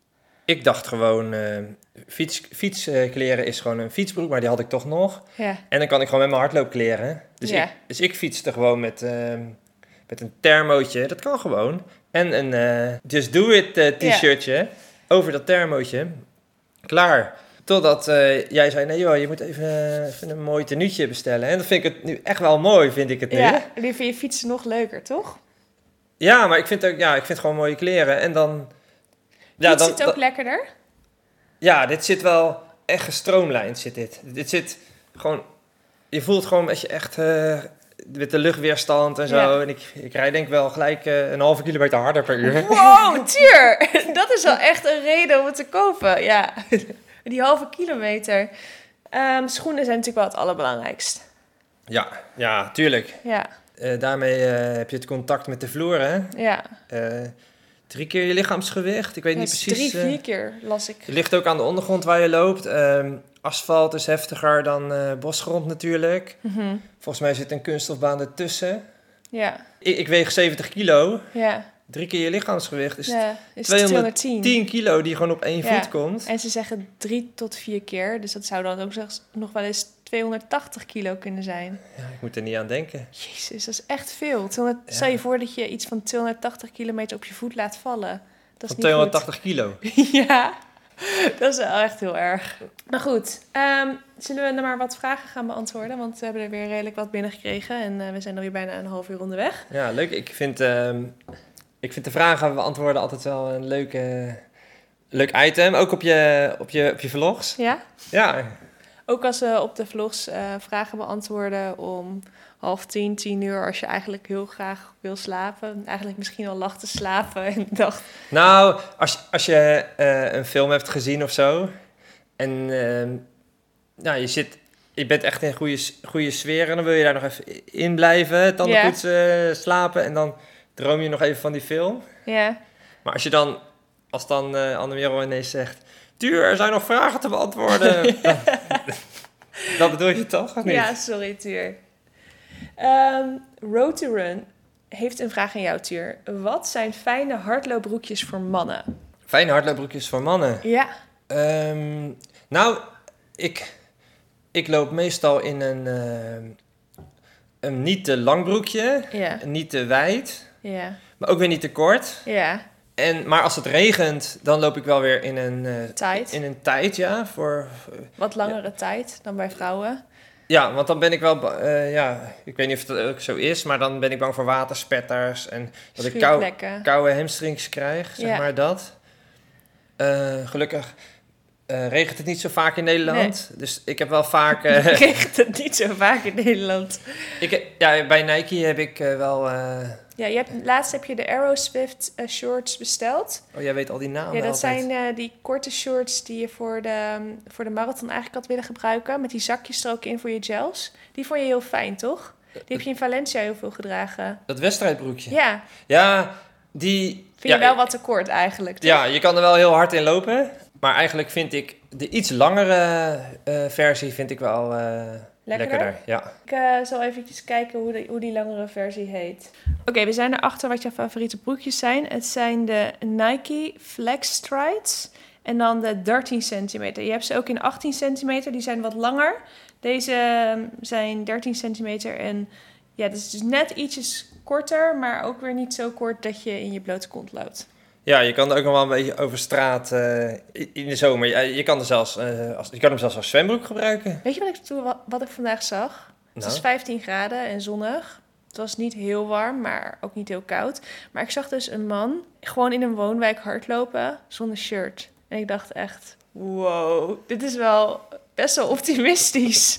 ik dacht gewoon, uh, fiets, fietskleren is gewoon een fietsbroek, maar die had ik toch nog. Ja. En dan kan ik gewoon met mijn hardloopkleren. Dus, ja. ik, dus ik fietste gewoon met, uh, met een thermootje, dat kan gewoon. En een uh, Just Do It uh, t-shirtje ja. over dat thermootje. Klaar. Totdat uh, jij zei, nee joh, je moet even, uh, even een mooi tenuutje bestellen. En dat vind ik het nu echt wel mooi, vind ik het nu. Ja, en nu vind je fietsen nog leuker, toch? Ja, maar ik vind, ook, ja, ik vind gewoon mooie kleren. En dan... Ja, Fiets dan, het ook dan, lekkerder? Ja, dit zit wel echt gestroomlijnd, zit dit. Dit zit gewoon... Je voelt gewoon dat je echt... Uh, met de luchtweerstand en zo. Ja. En ik, ik rijd denk wel gelijk uh, een halve kilometer harder per uur. Wow, Tuur! Dat is wel echt een reden om het te kopen. Ja, die halve kilometer. Um, schoenen zijn natuurlijk wel het allerbelangrijkst. Ja, ja, tuurlijk. Ja. Uh, daarmee uh, heb je het contact met de vloer, hè? Ja. Uh, drie keer je lichaamsgewicht. Ik weet Ja, niet het is precies. drie, eh, vier keer las ik. Het ligt ook aan de ondergrond waar je loopt. Ehm, asfalt is heftiger dan eh, bosgrond natuurlijk. Mhm. Volgens mij zit een kunststofbaan ertussen. Ja, Ik, ik weeg zeventig kilo. ja. Drie keer je lichaamsgewicht is ja. Is tweehonderdtien tweehonderdtien. kilo die gewoon op één Ja. voet komt. En ze zeggen drie tot vier keer. Dus dat zou dan ook zelfs nog wel eens tweehonderdtachtig kilo kunnen zijn. Ja, ik moet er niet aan denken. Jezus, dat is echt veel. tweehonderd Ja. Stel je voor dat je iets van tweehonderdtachtig kilometer op je voet laat vallen. Dat is Van niet goed. tweehonderdtachtig kilo. Ja, dat is wel echt heel erg. Maar goed, ehm, zullen we er maar wat vragen gaan beantwoorden? Want we hebben er weer redelijk wat binnengekregen. En uh, we zijn alweer bijna een half uur onderweg. Ja, leuk. Ik vind, ehm, ik vind de vragen beantwoorden altijd wel een leuke, leuk item. Ook op je, op je, op je vlogs. Ja? Ja, Ook als we op de vlogs uh, vragen beantwoorden om half tien, tien uur... als je eigenlijk heel graag wil slapen. Eigenlijk misschien al lag te slapen en dacht... nou, als, als je eh, een film hebt gezien of zo... en ehm, nou, je, zit, je bent echt in een goede, goede sfeer... en dan wil je daar nog even in blijven, tanden Ja. poetsen, slapen... en dan droom je nog even van die film. Ja, Maar als je dan, als dan uh, Anne-Merel ineens zegt... Tuur, er zijn nog vragen te beantwoorden. dan, dat bedoel je toch, of niet? ja sorry, Tuur. Um, Road to Run heeft een vraag aan jou, Tuur. Wat zijn fijne hardloopbroekjes voor mannen? Fijne hardloopbroekjes voor mannen. Ja. Um, nou, ik, ik loop meestal in een, uh, een niet te lang broekje, Ja. niet te wijd, Ja. maar ook weer niet te kort. Ja. En, maar als het regent, dan loop ik wel weer in een uh, Tijd. in een tijd, ja. Voor, Wat langere ja. tijd dan bij vrouwen. Ja, want dan ben ik wel, uh, ja, ik weet niet of het ook zo is, maar dan ben ik bang voor waterspetters en dat ik kou, koude hamstrings krijg, zeg ja. maar dat. Uh, gelukkig uh, regent het niet zo vaak in Nederland, nee. dus ik heb wel vaak... Uh, regent het niet zo vaak in Nederland? Ik, ja, bij Nike heb ik uh, wel... Uh, ja, je hebt, laatst heb je de Aeroswift uh, shorts besteld. Oh, jij weet al die namen. Ja, dat altijd. zijn uh, die korte shorts die je voor de, um, voor de marathon eigenlijk had willen gebruiken. Met die zakjes er ook in voor je gels. Die vond je heel fijn, toch? Die heb je in Valencia heel veel gedragen. Dat wedstrijdbroekje? Ja. Ja, die... Vind ja, je wel wat te kort eigenlijk, toch? Ja, je kan er wel heel hard in lopen. Maar eigenlijk vind ik de iets langere uh, versie vind ik wel... Uh, Lekkerder? Lekkerder, ja. Ik uh, zal eventjes kijken hoe, de, hoe die langere versie heet. Oké, okay, we zijn erachter wat jouw favoriete broekjes zijn. Het zijn de Nike Flex Strides en dan de dertien centimeter. Je hebt ze ook in achttien centimeter, die zijn wat langer. Deze zijn dertien centimeter en ja, dat is dus net ietsjes korter, maar ook weer niet zo kort dat je in je blote kont loopt. Ja, je kan er ook nog wel een beetje over straat uh, in de zomer. Je, je, kan er zelfs, uh, als, je kan hem zelfs als zwembroek gebruiken. Weet je wat ik, toen, wat, wat ik vandaag zag? Het nou. is vijftien graden en zonnig. Het was niet heel warm, maar ook niet heel koud. Maar ik zag dus een man gewoon in een woonwijk hardlopen zonder shirt. En ik dacht echt, wow, dit is wel best wel optimistisch.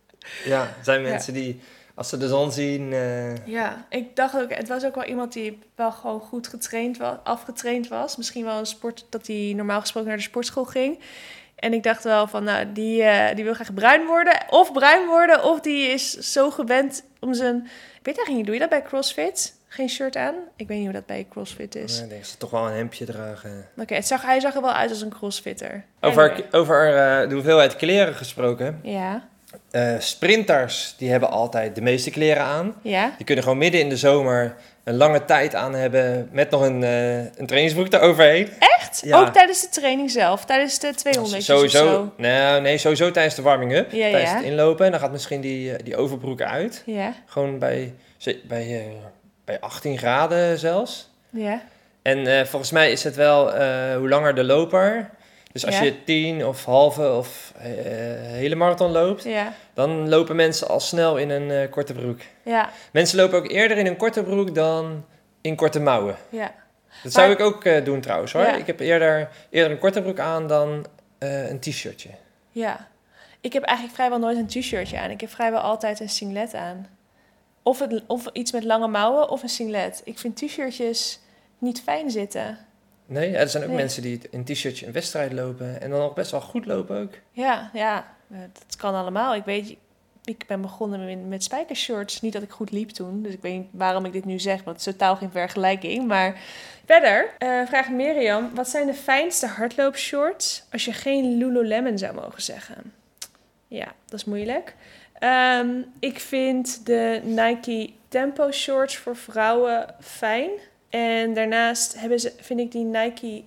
Ja, er zijn mensen ja. die... Als ze de zon zien... Uh... Ja, ik dacht ook... Het was ook wel iemand die wel gewoon goed getraind was, afgetraind was. Misschien wel een sport dat hij normaal gesproken naar de sportschool ging. En ik dacht wel van, nou, die, uh, die wil graag bruin worden. Of bruin worden, of die is zo gewend om zijn... Ik weet eigenlijk niet, doe je dat bij CrossFit? Geen shirt aan? Ik weet niet hoe dat bij CrossFit is. Nee, ik denk dat ze toch wel een hemdje dragen. Oké, okay, zag, hij zag er wel uit als een CrossFitter. Over, anyway. over uh, de hoeveelheid kleren gesproken... Ja... Uh, sprinters, die hebben altijd de meeste kleren aan. Ja. Die kunnen gewoon midden in de zomer een lange tijd aan hebben met nog een, uh, een trainingsbroek eroverheen. Echt? Ja. Ook tijdens de training zelf? Tijdens de tweehonderd sowieso, of zo? Nou, nee, sowieso tijdens de warming-up. Ja, tijdens ja. het inlopen. En dan gaat misschien die, die overbroek uit. Ja. Gewoon bij, bij, uh, bij achttien graden zelfs. Ja. En uh, volgens mij is het wel uh, hoe langer de loper... Dus als ja. je tien of halve of uh, hele marathon loopt, ja. dan lopen mensen al snel in een uh, korte broek. Ja. Mensen lopen ook eerder in een korte broek dan in korte mouwen. Ja. Dat zou maar, ik ook uh, doen trouwens hoor. Ja. Ik heb eerder, eerder een korte broek aan dan uh, een t-shirtje. Ja. Ik heb eigenlijk vrijwel nooit een t-shirtje aan. Ik heb vrijwel altijd een singlet aan. Of, het, of iets met lange mouwen of een singlet. Ik vind t-shirtjes niet fijn zitten. Nee, ja, er zijn ook nee. mensen die in een t-shirtje een wedstrijd lopen en dan ook best wel goed lopen ook. Ja, ja, dat kan allemaal. Ik weet, ik ben begonnen met, met spijkershorts. Niet dat ik goed liep toen, dus ik weet niet waarom ik dit nu zeg, want het is totaal geen vergelijking. Maar verder uh, vraagt Mirjam, wat zijn de fijnste hardloopshorts als je geen Lululemon zou mogen zeggen? Ja, dat is moeilijk. Um, ik vind de Nike Tempo shorts voor vrouwen fijn. En daarnaast hebben ze, vind ik die Nike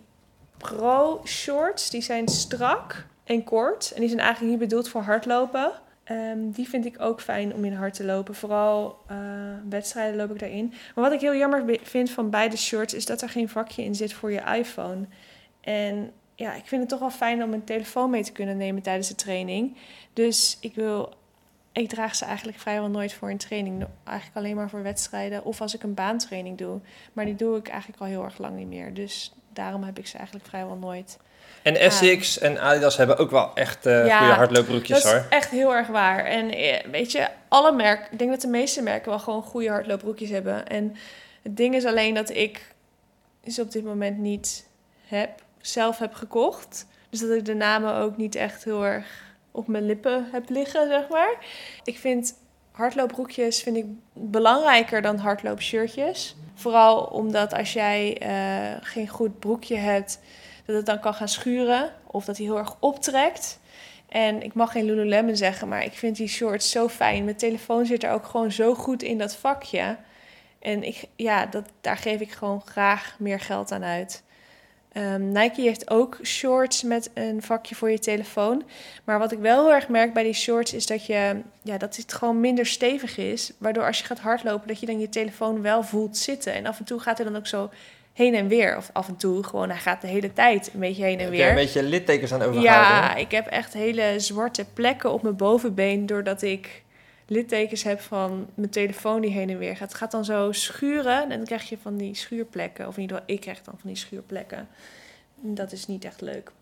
Pro shorts, die zijn strak en kort. En die zijn eigenlijk niet bedoeld voor hardlopen. Um, die vind ik ook fijn om in hard te lopen. Vooral uh, wedstrijden loop ik daarin. Maar wat ik heel jammer vind van beide shorts is dat er geen vakje in zit voor je iPhone. En ja, ik vind het toch wel fijn om een telefoon mee te kunnen nemen tijdens de training. Dus ik wil... Ik draag ze eigenlijk vrijwel nooit voor een training. Eigenlijk alleen maar voor wedstrijden of als ik een baantraining doe. Maar die doe ik eigenlijk al heel erg lang niet meer. Dus daarom heb ik ze eigenlijk vrijwel nooit. En Essex en Adidas hebben ook wel echt uh, ja, goede hardloopbroekjes, hoor. Dat is echt heel erg waar. En weet je, alle merken... Ik denk dat de meeste merken wel gewoon goede hardloopbroekjes hebben. En het ding is alleen dat ik ze op dit moment niet heb, zelf heb gekocht. Dus dat ik de namen ook niet echt heel erg op mijn lippen heb liggen, zeg maar. Ik vind hardloopbroekjes vind ik belangrijker dan hardloopshirtjes. Vooral omdat als jij uh, geen goed broekje hebt, dat het dan kan gaan schuren of dat hij heel erg optrekt. En ik mag geen Lululemon zeggen, maar ik vind die shorts zo fijn. Mijn telefoon zit er ook gewoon zo goed in dat vakje. En ik, ja, dat, daar geef ik gewoon graag meer geld aan uit. Um, Nike heeft ook shorts met een vakje voor je telefoon. Maar wat ik wel heel erg merk bij die shorts is dat, je, ja, dat het gewoon minder stevig is. Waardoor als je gaat hardlopen dat je dan je telefoon wel voelt zitten. En af en toe gaat hij dan ook zo heen en weer. Of af en toe gewoon, hij gaat de hele tijd een beetje heen en weer. Heb je een beetje littekens aan overgehouden? Ja, ik heb echt hele zwarte plekken op mijn bovenbeen doordat ik littekens heb van mijn telefoon die heen en weer gaat. Het gaat dan zo schuren en dan krijg je van die schuurplekken. Of in ieder geval, ik krijg dan van die schuurplekken. Dat is niet echt leuk.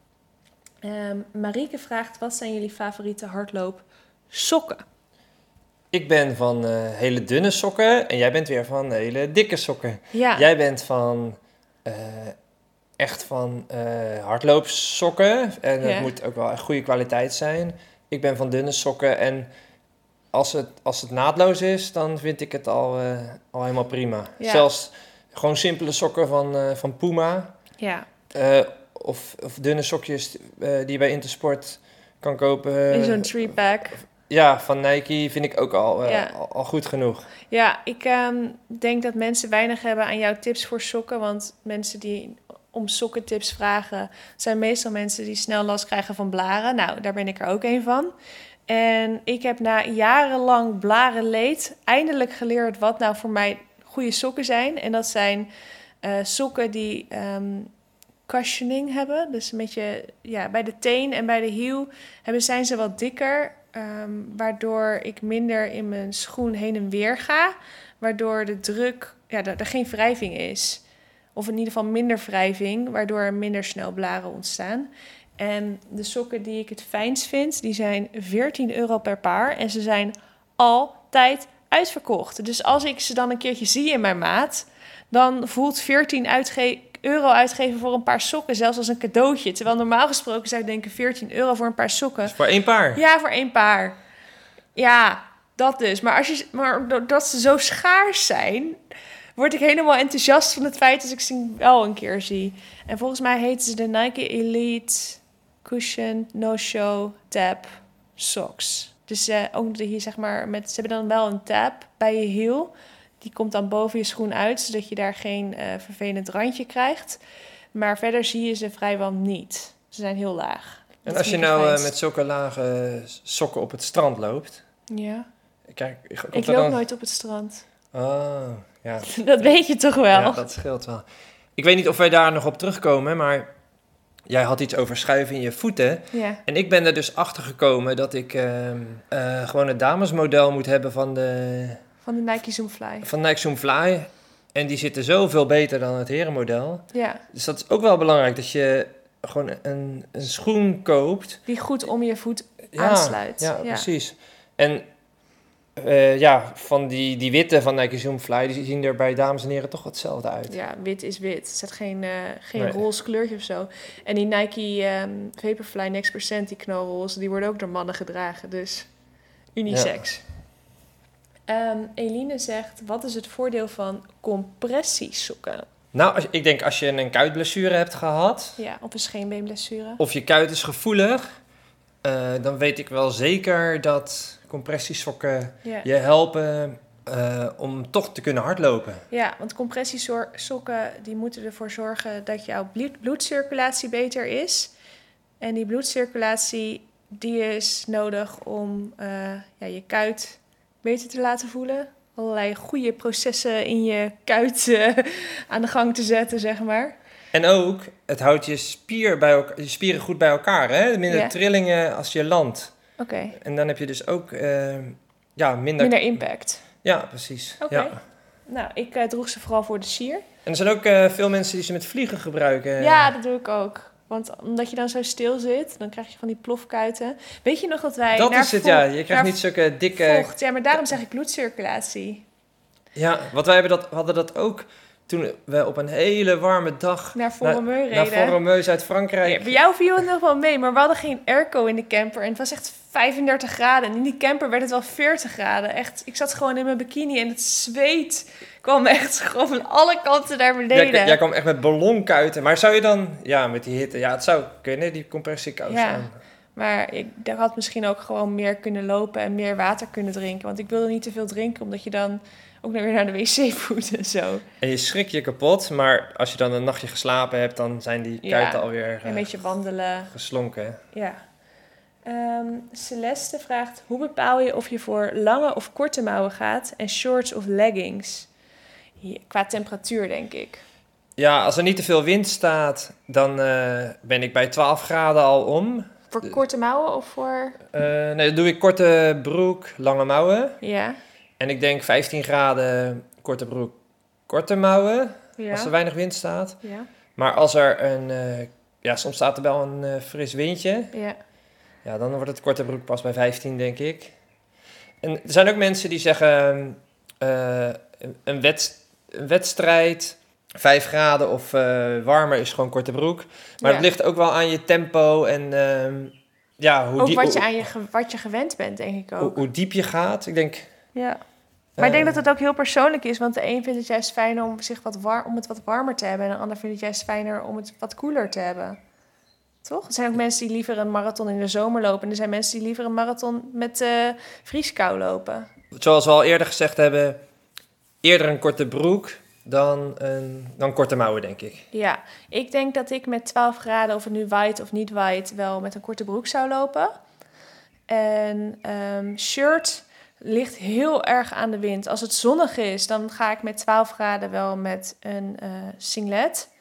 Um, Marieke vraagt, wat zijn jullie favoriete hardloopsokken? Ik ben van uh, hele dunne sokken en jij bent weer van hele dikke sokken. Ja. Jij bent van uh, echt van uh, hardloopsokken en het ja. moet ook wel echt goede kwaliteit zijn. Ik ben van dunne sokken en Als het, als het naadloos is, dan vind ik het al, uh, al helemaal prima. Ja. Zelfs gewoon simpele sokken van, uh, van Puma. Ja. Uh, of, of dunne sokjes uh, die je bij Intersport kan kopen. In zo'n three-pack. Ja, van Nike vind ik ook al, uh, ja. al, al goed genoeg. Ja, ik um, denk dat mensen weinig hebben aan jouw tips voor sokken. Want mensen die om sokkentips vragen, zijn meestal mensen die snel last krijgen van blaren. Nou, daar ben ik er ook een van. En ik heb na jarenlang blarenleed eindelijk geleerd wat nou voor mij goede sokken zijn. En dat zijn uh, sokken die um, cushioning hebben. Dus een beetje ja, bij de teen en bij de hiel hebben, zijn ze wat dikker. Um, waardoor ik minder in mijn schoen heen en weer ga. Waardoor de druk, ja, er, er geen wrijving is. Of in ieder geval minder wrijving, waardoor er minder snel blaren ontstaan. En de sokken die ik het fijnst vind, die zijn veertien euro per paar. En ze zijn altijd uitverkocht. Dus als ik ze dan een keertje zie in mijn maat, dan voelt veertien uitge- euro uitgeven voor een paar sokken zelfs als een cadeautje. Terwijl normaal gesproken zou ik denken veertien euro voor een paar sokken. Dus voor één paar? Ja, voor één paar. Ja, dat dus. Maar, als je, maar doordat ze zo schaars zijn, word ik helemaal enthousiast van het feit dat ik ze wel een keer zie. En volgens mij heten ze de Nike Elite Cushion No-Show Tab Socks. Dus uh, ook hier zeg maar, met, ze hebben dan wel een tab bij je hiel. Die komt dan boven je schoen uit, zodat je daar geen uh, vervelend randje krijgt. Maar verder zie je ze vrijwel niet. Ze zijn heel laag. En als je nou uh, met zulke lage sokken op het strand loopt? Ja. Kijk, ik loop dan nooit op het strand. Oh, ja. Dat weet je toch wel? Ja, dat scheelt wel. Ik weet niet of wij daar nog op terugkomen, maar jij had iets over schuiven in je voeten. Ja. En ik ben er dus achter gekomen dat ik uh, uh, gewoon het damesmodel moet hebben van de... Van de Nike Zoom Fly. Van Nike Zoom Fly. En die zitten zoveel beter dan het herenmodel. Ja. Dus dat is ook wel belangrijk, dat je gewoon een, een schoen koopt. Die goed om je voet ja, aansluit. Ja, ja, precies. En uh, ja, van die, die witte van Nike Zoom Fly, die zien er bij dames en heren toch hetzelfde uit. Ja, wit is wit. Er zit geen, uh, geen nee. roze kleurtje of zo. En die Nike um, Vaporfly Next Percent, die knalroze, die worden ook door mannen gedragen. Dus unisex. Ja. Um, Eline zegt, wat is het voordeel van compressiesokken? Nou, als, ik denk als je een kuitblessure hebt gehad... Ja, of een scheenbeenblessure. Of je kuit is gevoelig... Uh, dan weet ik wel zeker dat compressiesokken ja. je helpen... Uh, om toch te kunnen hardlopen. Ja, want compressiesokken die moeten ervoor zorgen dat jouw bloedcirculatie beter is. En die bloedcirculatie die is nodig om uh, ja, je kuit beter te laten voelen. Allerlei goede processen in je kuit uh, aan de gang te zetten, zeg maar. En ook, het houdt je, spier bij elkaar, je spieren goed bij elkaar. Hè? Minder ja. trillingen als je landt. Oké. Okay. En dan heb je dus ook uh, ja, minder... Minder impact. Ja, precies. Oké. Okay. Ja. Nou, ik uh, droeg ze vooral voor de sier. En er zijn ook uh, veel mensen die ze met vliegen gebruiken. Ja, dat doe ik ook. Want omdat je dan zo stil zit, dan krijg je van die plofkuiten. Weet je nog dat wij... Dat naar is het, vocht, ja. Je krijgt niet zulke dikke... Vocht. Ja, maar daarom zeg ik bloedcirculatie. Ja, want wij hebben dat, hadden dat ook toen we op een hele warme dag... Naar Foremeux reden. Naar Foremeux uit Frankrijk. Ja, bij jou viel het nog wel mee, maar we hadden geen airco in de camper. En het was echt vijfendertig graden. En in die camper werd het wel veertig graden. Echt, ik zat gewoon in mijn bikini en het zweet kwam echt gewoon van alle kanten naar beneden. Jij, jij kwam echt met ballonkuiten. Maar zou je dan, ja, met die hitte... Ja, het zou kunnen, die compressiekous ja, aan. Maar ik had misschien ook gewoon meer kunnen lopen en meer water kunnen drinken. Want ik wilde niet te veel drinken, omdat je dan ook weer naar de wc moet en zo. En je schrik je kapot, maar als je dan een nachtje geslapen hebt, dan zijn die kuiten ja, alweer... een uh, beetje wandelen. Geslonken. Ja. Um, Celeste vraagt, hoe bepaal je of je voor lange of korte mouwen gaat en shorts of leggings? Ja, qua temperatuur, denk ik. Ja, als er niet te veel wind staat, dan uh, ben ik bij twaalf graden al om. Voor korte mouwen of voor... Uh, nee, dan doe ik korte broek, lange mouwen. Ja. En ik denk vijftien graden korte broek, korte mouwen. Ja. Als er weinig wind staat. Ja. Maar als er een... Uh, ja, soms staat er wel een uh, fris windje. Ja. Ja, dan wordt het korte broek pas bij vijftien, denk ik. En er zijn ook mensen die zeggen... Uh, een, wedst- een wedstrijd... Vijf graden of uh, warmer is gewoon korte broek. Maar ja. Het ligt ook wel aan je tempo en uh, ja, hoe ook die, wat, je hoe, aan je ge- wat je gewend bent, denk ik ook. Hoe, hoe diep je gaat, ik denk... Ja. Maar uh, ik denk dat het ook heel persoonlijk is. Want de een vindt het juist fijner om, zich wat war- om het wat warmer te hebben. En de ander vindt het juist fijner om het wat koeler te hebben. Toch? Er zijn ook mensen die liever een marathon in de zomer lopen. En er zijn mensen die liever een marathon met uh, vrieskou lopen. Zoals we al eerder gezegd hebben... Eerder een korte broek... Dan, een, dan korte mouwen, denk ik. Ja, ik denk dat ik met twaalf graden, of het nu waait of niet waait, wel met een korte broek zou lopen. En um, shirt ligt heel erg aan de wind. Als het zonnig is, dan ga ik met twaalf graden wel met een uh, singlet.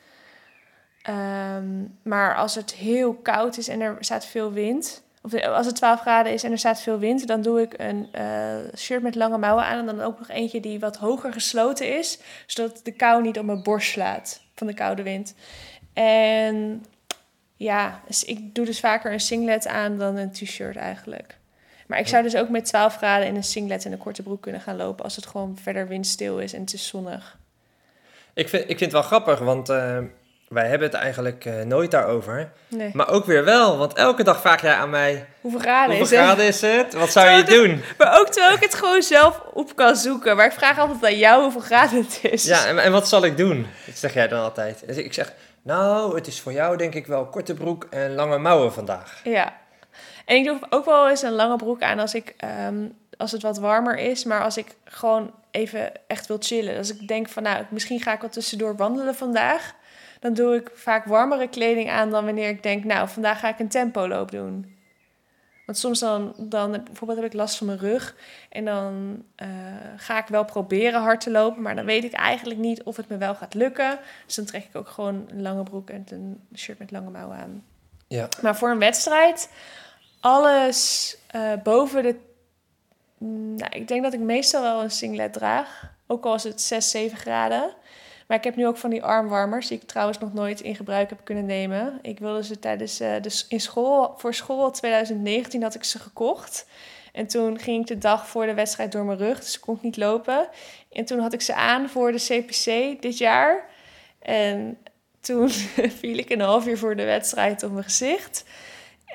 Um, maar als het heel koud is en er staat veel wind... Of als het twaalf graden is en er staat veel wind... dan doe ik een uh, shirt met lange mouwen aan... en dan ook nog eentje die wat hoger gesloten is... zodat de kou niet op mijn borst slaat van de koude wind. En ja, dus ik doe dus vaker een singlet aan dan een t-shirt eigenlijk. Maar ik zou dus ook met twaalf graden in een singlet en een korte broek kunnen gaan lopen... als het gewoon verder windstil is en het is zonnig. Ik vind, ik vind het wel grappig, want... Uh... Wij hebben het eigenlijk uh, nooit daarover. Nee. Maar ook weer wel, want elke dag vraag jij aan mij... Hoeveel graden, hoeveel is, graden het? is het? Wat zou je doen? Het, maar ook terwijl ik het gewoon zelf op kan zoeken. Maar ik vraag altijd aan jou hoeveel graden het is. Ja, en, en wat zal ik doen? Dat zeg jij dan altijd. Dus ik zeg, nou, het is voor jou denk ik wel korte broek en lange mouwen vandaag. Ja. En ik doe ook wel eens een lange broek aan als, ik, um, als het wat warmer is. Maar als ik gewoon even echt wil chillen. Als ik denk van, nou, misschien ga ik wel tussendoor wandelen vandaag... dan doe ik vaak warmere kleding aan dan wanneer ik denk... nou, vandaag ga ik een tempoloop doen. Want soms dan, dan bijvoorbeeld heb ik last van mijn rug... en dan uh, ga ik wel proberen hard te lopen... maar dan weet ik eigenlijk niet of het me wel gaat lukken. Dus dan trek ik ook gewoon een lange broek en een shirt met lange mouwen aan. Ja. Maar voor een wedstrijd, alles uh, boven de... Nou, ik denk dat ik meestal wel een singlet draag. Ook al is het zes, zeven graden... Maar ik heb nu ook van die armwarmers, die ik trouwens nog nooit in gebruik heb kunnen nemen. Ik wilde ze tijdens, uh, de, in school, voor school twintig negentien had ik ze gekocht. En toen ging ik de dag voor de wedstrijd door mijn rug, dus kon ik niet lopen. En toen had ik ze aan voor de C P C dit jaar. En toen viel ik een half uur voor de wedstrijd op mijn gezicht.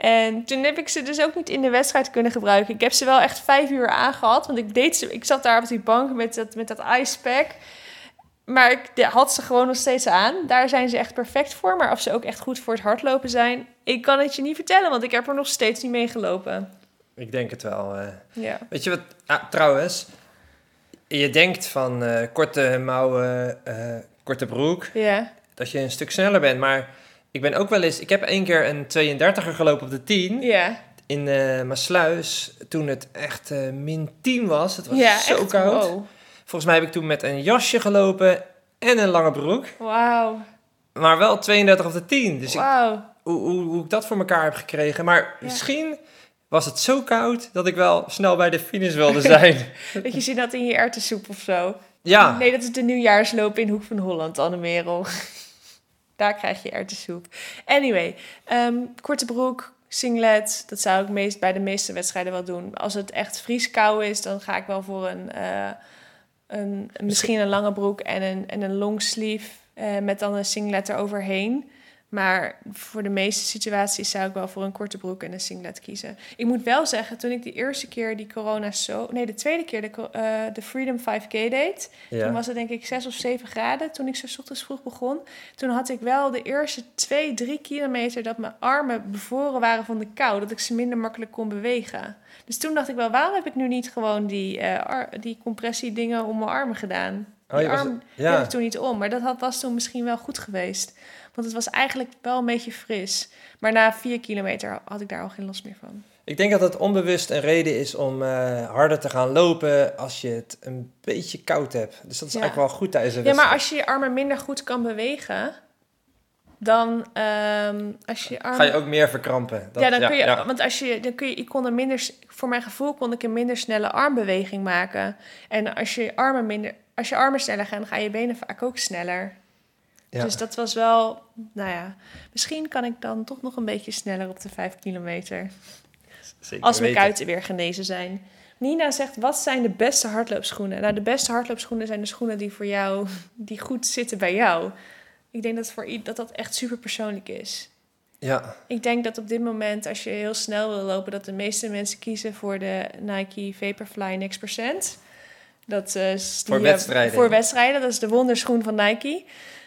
En toen heb ik ze dus ook niet in de wedstrijd kunnen gebruiken. Ik heb ze wel echt vijf uur aangehad. Want ik deed ze, ik zat daar op die bank met dat, met dat icepack. Maar ik de, had ze gewoon nog steeds aan. Daar zijn ze echt perfect voor. Maar of ze ook echt goed voor het hardlopen zijn, ik kan het je niet vertellen. Want ik heb er nog steeds niet mee gelopen. Ik denk het wel. Uh. Ja. Weet je wat? Ah, trouwens, je denkt van uh, korte mouwen, uh, korte broek, Ja. dat je een stuk sneller bent. Maar ik ben ook wel eens... Ik heb één keer een tweeëndertiger gelopen op de tien. Ja. In uh, Maasluis, toen het echt uh, min tien was. Het was ja, zo echt, koud. Wow. Volgens mij heb ik toen met een jasje gelopen en een lange broek. Wauw. Maar wel tweeëndertig op de tien. Dus ik, Wauw. hoe, hoe, hoe ik dat voor elkaar heb gekregen. Maar Ja. misschien was het zo koud dat ik wel snel bij de finish wilde zijn. Dat je ziet dat in je erwtensoep of zo. Ja. Nee, dat is de nieuwjaarsloop in Hoek van Holland, Annemerel. Daar krijg je erwtensoep. Anyway, um, korte broek, singlet. Dat zou ik meest, bij de meeste wedstrijden wel doen. Als het echt vrieskou is, dan ga ik wel voor een... Uh, een misschien een lange broek en een, en een longsleeve. Uh, met dan een singlet eroverheen. Maar voor de meeste situaties zou ik wel voor een korte broek en een singlet kiezen. Ik moet wel zeggen, toen ik de eerste keer die corona zo... Nee, de tweede keer de, uh, de Freedom vijf K deed... Ja. Toen was het denk ik zes of zeven graden toen ik zo 's ochtends vroeg begon. Toen had ik wel de eerste twee, drie kilometer... dat mijn armen bevroren waren van de kou. Dat ik ze minder makkelijk kon bewegen. Dus toen dacht ik wel, waarom heb ik nu niet gewoon die, uh, ar- die compressiedingen om mijn armen gedaan? Die oh, arm het, ja. had ik toen niet om. Maar dat had, was toen misschien wel goed geweest. Want het was eigenlijk wel een beetje fris. Maar na vier kilometer had ik daar al geen last meer van. Ik denk dat het onbewust een reden is om uh, harder te gaan lopen als je het een beetje koud hebt. Dus dat is ja. eigenlijk wel goed tijdens een wedstrijd. Ja, maar als je je armen minder goed kan bewegen, dan um, als je armen... ga je ook meer verkrampen. Dat, ja, dan ja, kun je, ja. want als je, dan kun je, ik kon een minder, voor mijn gevoel kon ik een minder snelle armbeweging maken. En als je armen minder, als je armen sneller gaan, gaan je benen vaak ook sneller. Ja. Dus dat was wel, nou ja, misschien kan ik dan toch nog een beetje sneller op de vijf kilometer. Zeker als mijn kuiten weer genezen zijn. Nina zegt, wat zijn de beste hardloopschoenen? Nou, de beste hardloopschoenen zijn de schoenen die voor jou, die goed zitten bij jou. Ik denk dat voor, dat, dat echt super persoonlijk is. Ja. Ik denk dat op dit moment, als je heel snel wil lopen, dat de meeste mensen kiezen voor de Nike Vaporfly Next Percent. Dat is voor wedstrijden. Voor wedstrijden, dat is de wonderschoen van Nike.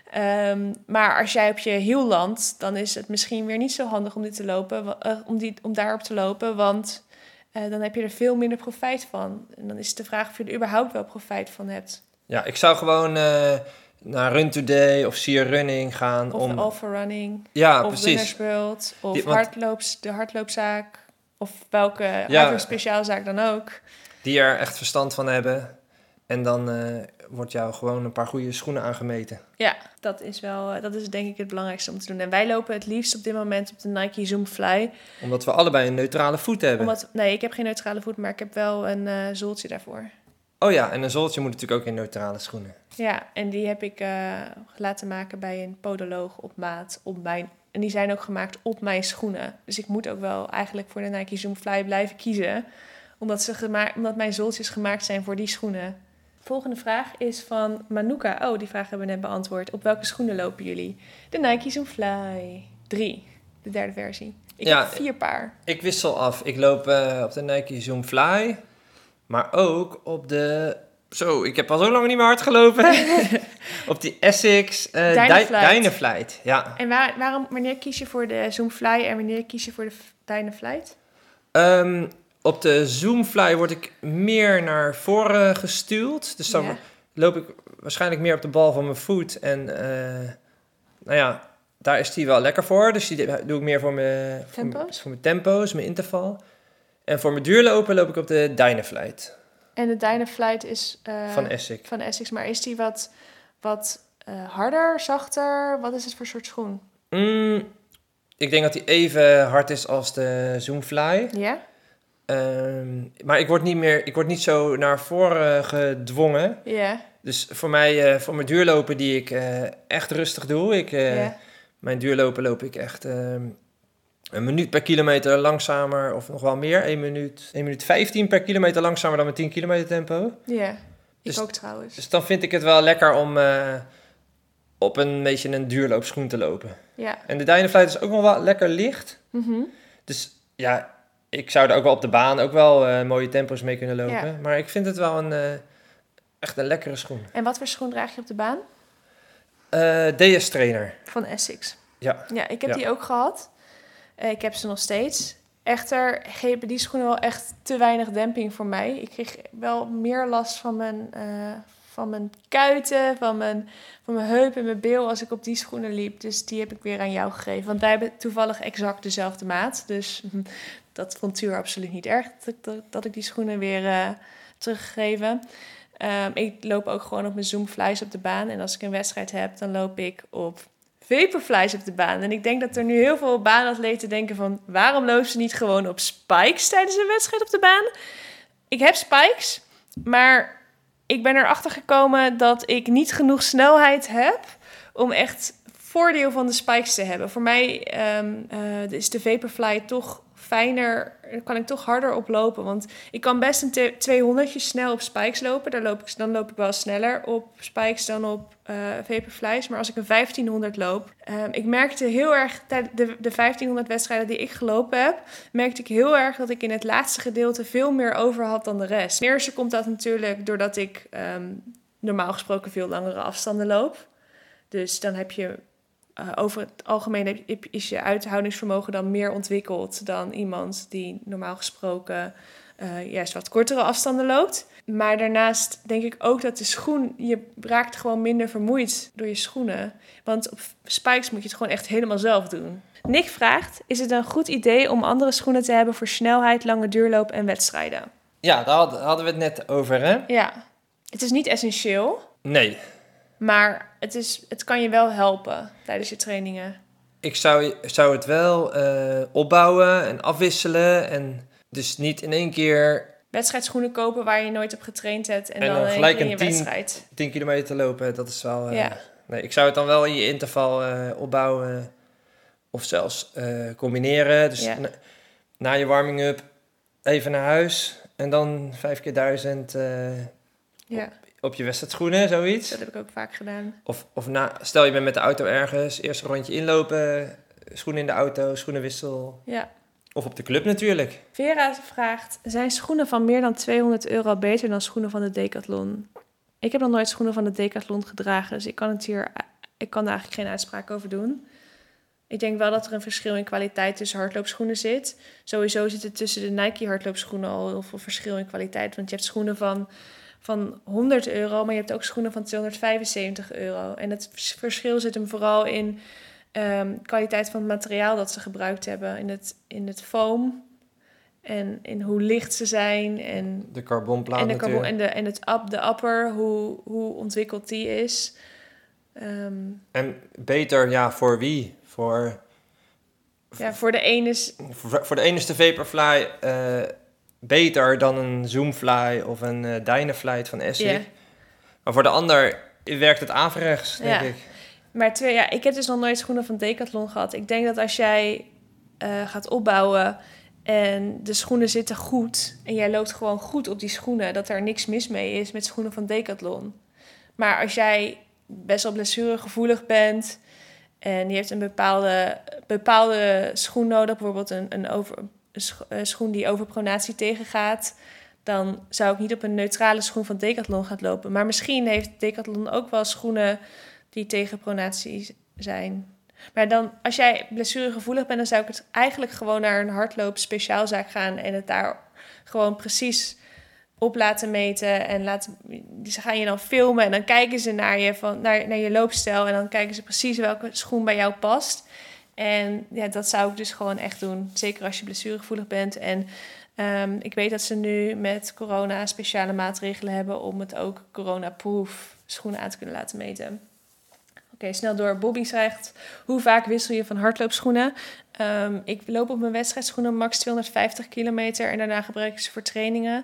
Um, maar als jij op je hiel landt, dan is het misschien weer niet zo handig om, dit te lopen, uh, om, die, om daarop te lopen, want uh, dan heb je er veel minder profijt van. En dan is het de vraag of je er überhaupt wel profijt van hebt. Ja, ik zou gewoon uh, naar Run Today of Sier Running gaan. Of om... Alpha Running. Ja, of precies. Runners World. Of die, want... hardloops, de hardloopzaak. Of welke ja, hardloopspeciaalzaak dan ook. Die er echt verstand van hebben. En dan uh, wordt jou gewoon een paar goede schoenen aangemeten. Ja, dat is wel, dat is denk ik het belangrijkste om te doen. En wij lopen het liefst op dit moment op de Nike Zoom Fly. Omdat we allebei een neutrale voet hebben. Omdat, nee, ik heb geen neutrale voet, maar ik heb wel een uh, zooltje daarvoor. Oh ja, en een zooltje moet natuurlijk ook in neutrale schoenen. Ja, en die heb ik uh, laten maken bij een podoloog op maat op mijn... En die zijn ook gemaakt op mijn schoenen. Dus ik moet ook wel eigenlijk voor de Nike Zoom Fly blijven kiezen. Omdat, ze gema- omdat mijn zooltjes gemaakt zijn voor die schoenen. Volgende vraag is van Manuka. Oh, die vraag hebben we net beantwoord. Op welke schoenen lopen jullie? De Nike Zoom Fly drie, de derde versie. Ik ja, heb vier paar. Ik wissel af. Ik loop uh, op de Nike Zoom Fly, maar ook op de... Zo, ik heb al zo lang niet meer hard gelopen. Op die Essex uh, Dynaflight. Dynaflight, ja. En waar, waarom, wanneer kies je voor de Zoom Fly en wanneer kies je voor de Dynaflight? Um, Op de Zoomfly word ik meer naar voren gestuurd. Dus dan yeah. loop ik waarschijnlijk meer op de bal van mijn voet. En uh, nou ja, daar is die wel lekker voor. Dus die doe ik meer voor mijn tempo's, voor mijn, tempo's, mijn interval. En voor mijn duurlopen loop ik op de Dynaflight. En de Dynaflight is... Uh, van Essex. Van Essex, maar is die wat, wat uh, harder, zachter? Wat is het voor soort schoen? Mm, ik denk dat die even hard is als de Zoomfly. Ja? Um, maar ik word niet meer, ik word niet zo naar voren gedwongen. Ja. Yeah. Dus voor mij, uh, voor mijn duurlopen die ik uh, echt rustig doe. Ik, uh, yeah. Mijn duurlopen loop ik echt uh, een minuut per kilometer langzamer of nog wel meer. één minuut, één minuut vijftien per kilometer langzamer dan mijn tien kilometer tempo. Ja, yeah. ik dus, ook trouwens. Dus dan vind ik het wel lekker om uh, op een beetje een duurloopschoen te lopen. Ja. En de Dynaflight is ook nog wel lekker licht. Mm-hmm. Dus ja, ik zou er ook wel op de baan ook wel uh, mooie tempo's mee kunnen lopen. Ja. Maar ik vind het wel een, uh, echt een lekkere schoen. En wat voor schoen draag je op de baan? Uh, D S Trainer. Van Essex. Ja. Ja, ik heb ja. die ook gehad. Uh, ik heb ze nog steeds. Echter geven die schoenen wel echt te weinig demping voor mij. Ik kreeg wel meer last van mijn, uh, van mijn kuiten, van mijn, van mijn heup en mijn bil als ik op die schoenen liep. Dus die heb ik weer aan jou gegeven. Want wij hebben toevallig exact dezelfde maat. Dus dat vond Tuur absoluut niet erg dat, dat, dat ik die schoenen weer uh, teruggegeven. Um, ik loop ook gewoon op mijn Zoomflies op de baan. En als ik een wedstrijd heb, dan loop ik op Vaporflies op de baan. En ik denk dat er nu heel veel baanatleten denken van... waarom lopen ze niet gewoon op spikes tijdens een wedstrijd op de baan? Ik heb spikes, maar ik ben erachter gekomen dat ik niet genoeg snelheid heb om echt voordeel van de spikes te hebben. Voor mij um, uh, is de Vaporfly toch fijner, kan ik toch harder oplopen. Want ik kan best een te- tweehonderd snel op spikes lopen. Daar loop ik, dan loop ik wel sneller op spikes dan op uh, Vaporflies. Maar als ik een vijftienhonderd loop... Um, ik merkte heel erg, tijdens de, de vijftienhonderd wedstrijden die ik gelopen heb... merkte ik heel erg dat ik in het laatste gedeelte veel meer over had dan de rest. Ten eerste komt dat natuurlijk doordat ik um, normaal gesproken veel langere afstanden loop. Dus dan heb je... Uh, over het algemeen is je uithoudingsvermogen dan meer ontwikkeld dan iemand die normaal gesproken uh, juist wat kortere afstanden loopt. Maar daarnaast denk ik ook dat de schoen, je raakt gewoon minder vermoeid door je schoenen. Want op spikes moet je het gewoon echt helemaal zelf doen. Nick vraagt, is het een goed idee om andere schoenen te hebben voor snelheid, lange duurloop en wedstrijden? Ja, daar hadden we het net over, hè? Ja, het is niet essentieel. Nee. Maar het, is, het kan je wel helpen tijdens je trainingen. Ik zou, zou het wel uh, opbouwen en afwisselen. En dus niet in één keer... wedstrijdschoenen kopen waar je nooit op getraind hebt. En, en dan, dan gelijk in je een tien, wedstrijd. tien kilometer te lopen. Dat is wel... Uh, ja. Nee, ik zou het dan wel in je interval uh, opbouwen. Of zelfs uh, combineren. Dus ja. na, na je warming-up even naar huis. En dan vijf keer duizend... Uh, ja. op, op je wedstrijdschoenen, zoiets. Dat heb ik ook vaak gedaan. Of, of na, stel je bent met de auto ergens, eerst een rondje inlopen, schoenen in de auto, schoenenwissel. Ja. Of op de club natuurlijk. Vera vraagt, zijn schoenen van meer dan tweehonderd euro beter dan schoenen van de Decathlon? Ik heb nog nooit schoenen van de Decathlon gedragen, dus ik kan, het hier, ik kan daar eigenlijk geen uitspraak over doen. Ik denk wel dat er een verschil in kwaliteit tussen hardloopschoenen zit. Sowieso zit er tussen de Nike hardloopschoenen al heel veel verschil in kwaliteit, want je hebt schoenen van... van honderd euro, maar je hebt ook schoenen van tweehonderdvijfenzeventig euro. En het verschil zit hem vooral in um, kwaliteit van het materiaal dat ze gebruikt hebben. In het, in het foam en in hoe licht ze zijn. En de carbonplaat en de carbon, natuurlijk. en, de, en het up, de upper, hoe, hoe ontwikkeld die is. Um, en beter, ja, voor wie? Voor... Ja, voor de ene is... Voor, voor de ene is de Vaporfly... Uh, beter dan een Zoomfly of een uh, Dynafly van Essex. Yeah. Maar voor de ander werkt het averechts, denk ja. ik. Maar twee, ja, ik heb dus nog nooit schoenen van Decathlon gehad. Ik denk dat als jij uh, gaat opbouwen en de schoenen zitten goed... en jij loopt gewoon goed op die schoenen... dat er niks mis mee is met schoenen van Decathlon. Maar als jij best wel blessuregevoelig bent... en je hebt een bepaalde, bepaalde schoen nodig... bijvoorbeeld een, een over... een schoen die overpronatie tegengaat... dan zou ik niet op een neutrale schoen van Decathlon gaan lopen. Maar misschien heeft Decathlon ook wel schoenen die tegen pronatie zijn. Maar dan, als jij blessuregevoelig bent... dan zou ik het eigenlijk gewoon naar een hardloop speciaalzaak gaan... en het daar gewoon precies op laten meten. En laten, ze gaan je dan filmen en dan kijken ze naar je, van, naar, naar je loopstijl... en dan kijken ze precies welke schoen bij jou past... En ja, dat zou ik dus gewoon echt doen. Zeker als je blessuregevoelig bent. En um, ik weet dat ze nu met corona speciale maatregelen hebben... om het ook corona-proof schoenen aan te kunnen laten meten. Oké, okay, snel door. Bobby zegt, hoe vaak wissel je van hardloopschoenen? Um, ik loop op mijn wedstrijdschoenen max tweehonderdvijftig kilometer... en daarna gebruik ik ze voor trainingen.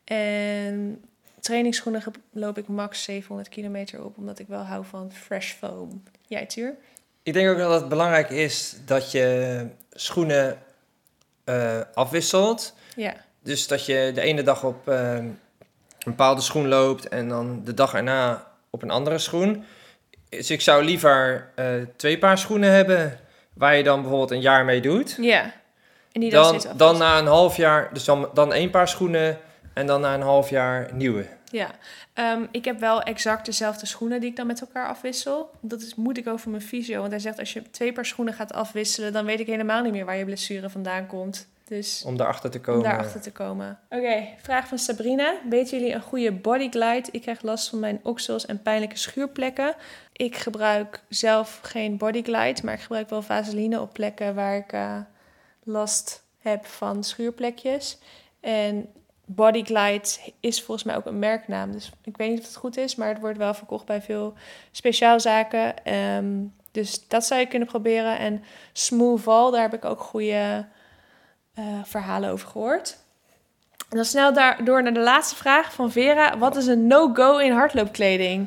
En trainingsschoenen loop ik max zevenhonderd kilometer op... omdat ik wel hou van fresh foam. Jij, Tuur? Ik denk ook dat het belangrijk is dat je schoenen uh, afwisselt. Ja. Dus dat je de ene dag op uh, een bepaalde schoen loopt en dan de dag erna op een andere schoen. Dus ik zou liever uh, twee paar schoenen hebben waar je dan bijvoorbeeld een jaar mee doet. Ja. En die dan, dan, steeds dan afwisselen. na een half jaar, dus dan, dan één paar schoenen en dan na een half jaar nieuwe. Ja, um, ik heb wel exact dezelfde schoenen die ik dan met elkaar afwissel. Dat is, moet ik over mijn fysio, want hij zegt als je twee paar schoenen gaat afwisselen, dan weet ik helemaal niet meer waar je blessure vandaan komt. Dus Om daarachter te komen. om daarachter te komen. Oké, okay, vraag van Sabrina. Weten jullie een goede bodyglide? Ik krijg last van mijn oksels en pijnlijke schuurplekken. Ik gebruik zelf geen bodyglide, maar ik gebruik wel vaseline op plekken waar ik uh, last heb van schuurplekjes. En Bodyglide is volgens mij ook een merknaam. Dus ik weet niet of het goed is, maar het wordt wel verkocht bij veel speciaalzaken. Um, dus dat zou je kunnen proberen. En Smoothval, daar heb ik ook goede uh, verhalen over gehoord. En dan snel daar, door naar de laatste vraag van Vera. Wat is een no-go in hardloopkleding?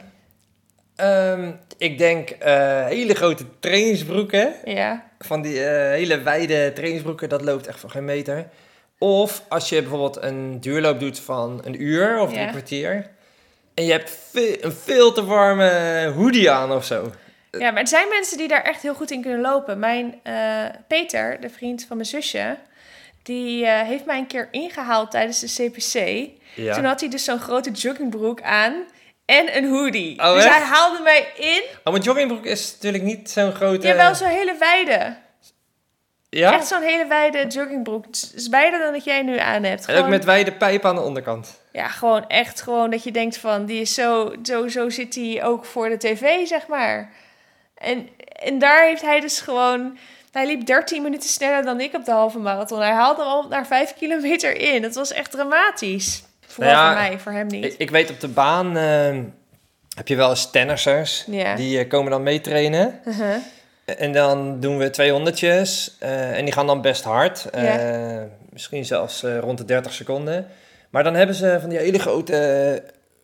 Um, ik denk uh, hele grote trainingsbroeken. Ja. Van die uh, hele wijde trainingsbroeken, dat loopt echt voor geen meter. Of als je bijvoorbeeld een duurloop doet van een uur of drie ja. kwartier. En je hebt ve- een veel te warme hoodie aan of zo. Ja, maar er zijn mensen die daar echt heel goed in kunnen lopen. Mijn uh, Peter, de vriend van mijn zusje, die uh, heeft mij een keer ingehaald tijdens de C P C. Ja. Toen had hij dus zo'n grote joggingbroek aan en een hoodie. Oh, dus echt? Hij haalde mij in. Oh, maar joggingbroek is natuurlijk niet zo'n grote... Ja, wel zo'n hele wijde. Ja? Echt zo'n hele wijde joggingbroek. Het is wijder dan dat jij nu aan hebt. Gewoon... En ook met wijde pijpen aan de onderkant. Ja, gewoon echt gewoon dat je denkt van... die is zo, zo, zo zit hij ook voor de tv, zeg maar. En, en daar heeft hij dus gewoon... Hij liep dertien minuten sneller dan ik op de halve marathon. Hij haalde hem al naar vijf kilometer in. Dat was echt dramatisch. Vooral nou ja, voor mij, voor hem niet. Ik, ik weet op de baan... Uh, heb je wel eens tennissers. Ja. Die uh, komen dan meetrainen. Uh-huh. En dan doen we tweehonderdjes. Uh, en die gaan dan best hard. Uh, ja. Misschien zelfs uh, rond de dertig seconden. Maar dan hebben ze van die hele grote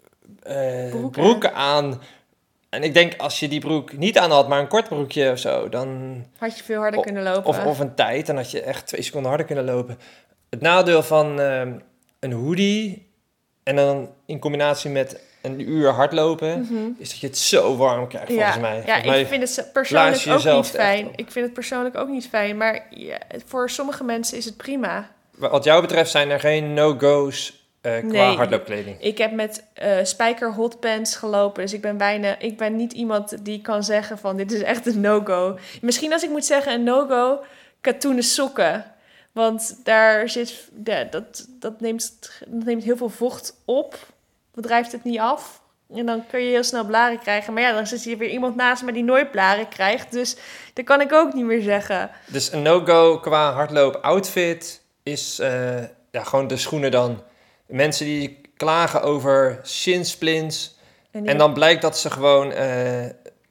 uh, broeken. broeken aan. En ik denk, als je die broek niet aan had, maar een kort broekje of zo, dan... Had je veel harder o- kunnen lopen. Of, of een tijd, dan had je echt twee seconden harder kunnen lopen. Het nadeel van uh, een hoodie en dan in combinatie met een uur hardlopen, mm-hmm. is dat je het zo warm krijgt, ja. volgens mij. Ja, volgens ik mij vind het persoonlijk ook niet fijn. Ik vind het persoonlijk ook niet fijn, maar ja, voor sommige mensen is het prima. Wat jou betreft zijn er geen no-go's uh, qua nee, hardloopkleding? Ik heb met uh, spijker hotpants gelopen, dus ik ben bijna, ik ben niet iemand die kan zeggen van dit is echt een no-go. Misschien als ik moet zeggen een no-go, katoenen sokken. Want daar zit, ja, dat, dat, neemt, dat neemt heel veel vocht op. Dat drijft het niet af. En dan kun je heel snel blaren krijgen. Maar ja, dan zit hier weer iemand naast me die nooit blaren krijgt. Dus dat kan ik ook niet meer zeggen. Dus een no-go qua hardloop-outfit is uh, ja, gewoon de schoenen dan. Mensen die klagen over shinsplints. En, en dan blijkt dat ze gewoon uh,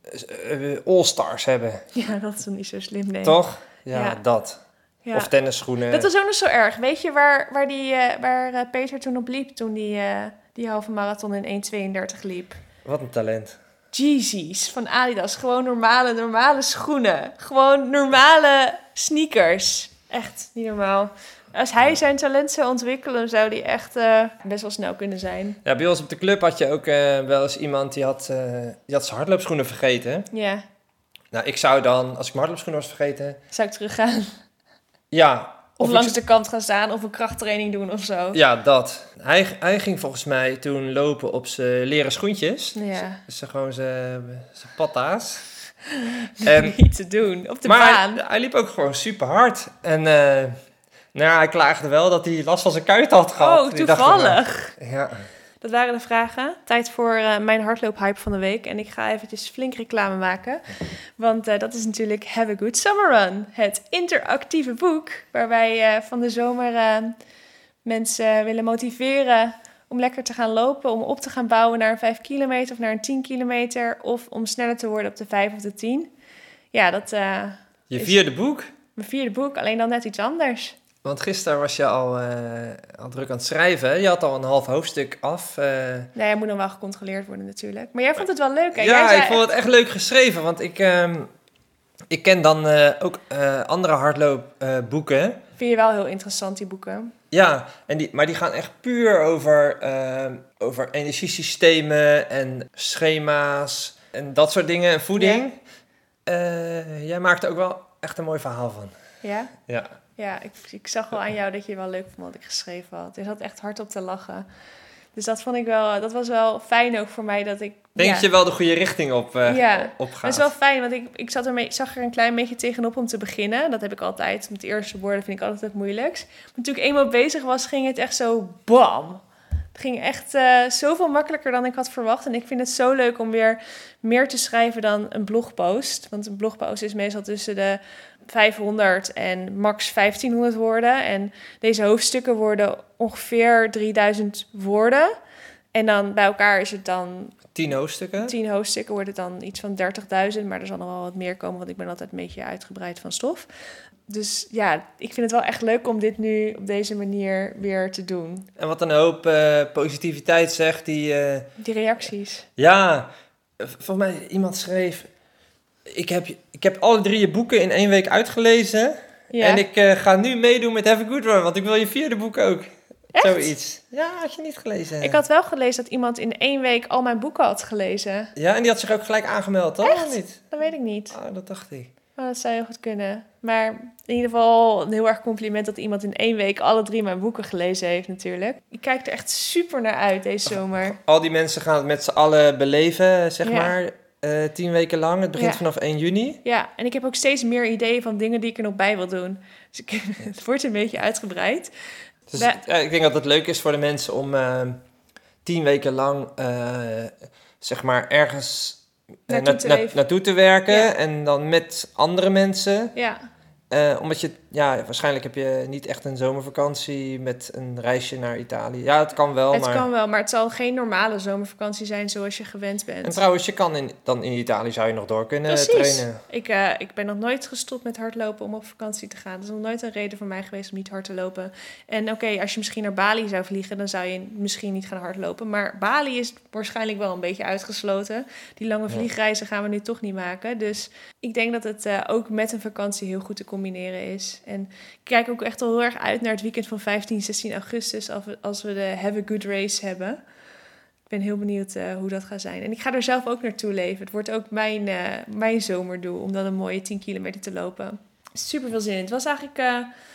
uh, all-stars hebben. Ja, dat is dan niet zo slim, nee. Toch? Ja, ja. dat. Ja. Of tennisschoenen. Dat was ook nog zo erg. Weet je waar, waar, die, uh, waar uh, Peter toen op liep? Toen die, uh, die halve marathon in één tweeëndertig liep. Wat een talent. Yeezys van Adidas. Gewoon normale, normale schoenen. Gewoon normale sneakers. Echt niet normaal. Als hij zijn talent zou ontwikkelen, zou hij echt uh, best wel snel kunnen zijn. Ja, bij ons op de club had je ook uh, wel eens iemand die had, uh, die had zijn hardloopschoenen vergeten. Ja. Nou, ik zou dan, als ik mijn hardloopschoenen was vergeten... Zou ik teruggaan? Ja. Of, of langs ik... de kant gaan staan of een krachttraining doen of zo. Ja, dat. Hij, hij ging volgens mij toen lopen op zijn leren schoentjes. Ja. Dus gewoon zijn patta's. En niet te doen, op de maar baan. Hij, hij liep ook gewoon super hard. En uh, nou ja, hij klaagde wel dat hij last van zijn kuit had gehad. Oh, toevallig. Dacht, ja. Dat waren de vragen. Tijd voor uh, mijn hardloophype van de week. En ik ga eventjes flink reclame maken. Want uh, dat is natuurlijk Have a Good Summer Run. Het interactieve boek waar wij uh, van de zomer uh, mensen willen motiveren om lekker te gaan lopen. Om op te gaan bouwen naar een vijf kilometer of naar een tien kilometer. Of om sneller te worden op de vijf of de tien. Ja, dat uh, Je vierde boek? Mijn vierde boek, alleen dan net iets anders. Want gisteren was je al, uh, al druk aan het schrijven. Je had al een half hoofdstuk af. Uh... Nee, hij moet dan wel gecontroleerd worden natuurlijk. Maar jij vond het wel leuk, hè? Ja, jij zei ik vond het echt leuk geschreven. Want ik, uh, ik ken dan uh, ook uh, andere hardloopboeken. Uh, Vind je wel heel interessant, die boeken? Ja, en die, maar die gaan echt puur over, uh, over energiesystemen en schema's en dat soort dingen en voeding. Ja. Uh, jij maakt er ook wel echt een mooi verhaal van. Ja? Ja. Ja, ik, ik zag wel aan jou dat je wel leuk vond wat ik geschreven had. Je zat echt hard op te lachen. Dus dat vond ik wel, dat was wel fijn ook voor mij dat ik... Denk ja, je wel de goede richting op, uh, ja, op gaat? dat is wel fijn, want ik, ik zat ermee, zag er een klein beetje tegenop om te beginnen. Dat heb ik altijd. Met de eerste woorden vind ik altijd het moeilijkst. Maar toen ik eenmaal bezig was, ging het echt zo bam. Het ging echt uh, zoveel makkelijker dan ik had verwacht. En ik vind het zo leuk om weer meer te schrijven dan een blogpost. Want een blogpost is meestal tussen de vijfhonderd en max vijftienhonderd woorden. En deze hoofdstukken worden ongeveer drieduizend woorden. En dan bij elkaar is het dan... Tien hoofdstukken? Tien hoofdstukken wordt het dan iets van dertigduizend. Maar er zal nog wel wat meer komen, want ik ben altijd een beetje uitgebreid van stof. Dus ja, ik vind het wel echt leuk om dit nu op deze manier weer te doen. En wat een hoop uh, positiviteit zegt, die... Uh... Die reacties. Ja, volgens mij iemand schreef... Ik heb, ik heb alle drie je boeken in één week uitgelezen. Ja. En ik uh, ga nu meedoen met Have a Good Run, want ik wil je vierde boek ook. Echt? Zoiets. Ja, had je niet gelezen. Ik had wel gelezen dat iemand in één week al mijn boeken had gelezen. Ja, en die had zich ook gelijk aangemeld, toch? Echt? Of niet? Dat weet ik niet. Ah, dat dacht ik. Oh, dat zou heel goed kunnen. Maar in ieder geval een heel erg compliment dat iemand in één week alle drie mijn boeken gelezen heeft natuurlijk. Ik kijk er echt super naar uit deze zomer. Al die mensen gaan het met z'n allen beleven, zeg ja. maar. Uh, tien weken lang. Het begint ja. vanaf één juni. Ja, en ik heb ook steeds meer ideeën van dingen die ik er nog bij wil doen. Dus ik, het wordt een beetje uitgebreid. Dus ja. uh, ik denk dat het leuk is voor de mensen om uh, tien weken lang, uh, zeg maar, ergens uh, naartoe, na, te na, naartoe te werken. Ja. En dan met andere mensen. Ja. Uh, omdat je, ja, waarschijnlijk heb je niet echt een zomervakantie met een reisje naar Italië. Ja, het kan wel, Het maar... kan wel, maar het zal geen normale zomervakantie zijn zoals je gewend bent. En trouwens, je kan in, dan in Italië zou je nog door kunnen Precies. trainen. Ik, uh, ik ben nog nooit gestopt met hardlopen om op vakantie te gaan. Dat is nog nooit een reden voor mij geweest om niet hard te lopen. En oké, okay, als je misschien naar Bali zou vliegen, dan zou je misschien niet gaan hardlopen. Maar Bali is waarschijnlijk wel een beetje uitgesloten. Die lange vliegreizen gaan we nu toch niet maken. Dus ik denk dat het uh, ook met een vakantie heel goed te combineren is. En ik kijk ook echt wel heel erg uit naar het weekend van vijftien, zestien augustus... als we, als we de Have a Good Race hebben. Ik ben heel benieuwd uh, hoe dat gaat zijn. En ik ga er zelf ook naartoe leven. Het wordt ook mijn, uh, mijn zomerdoel om dan een mooie tien kilometer te lopen. Super veel zin in. Het was eigenlijk... Uh,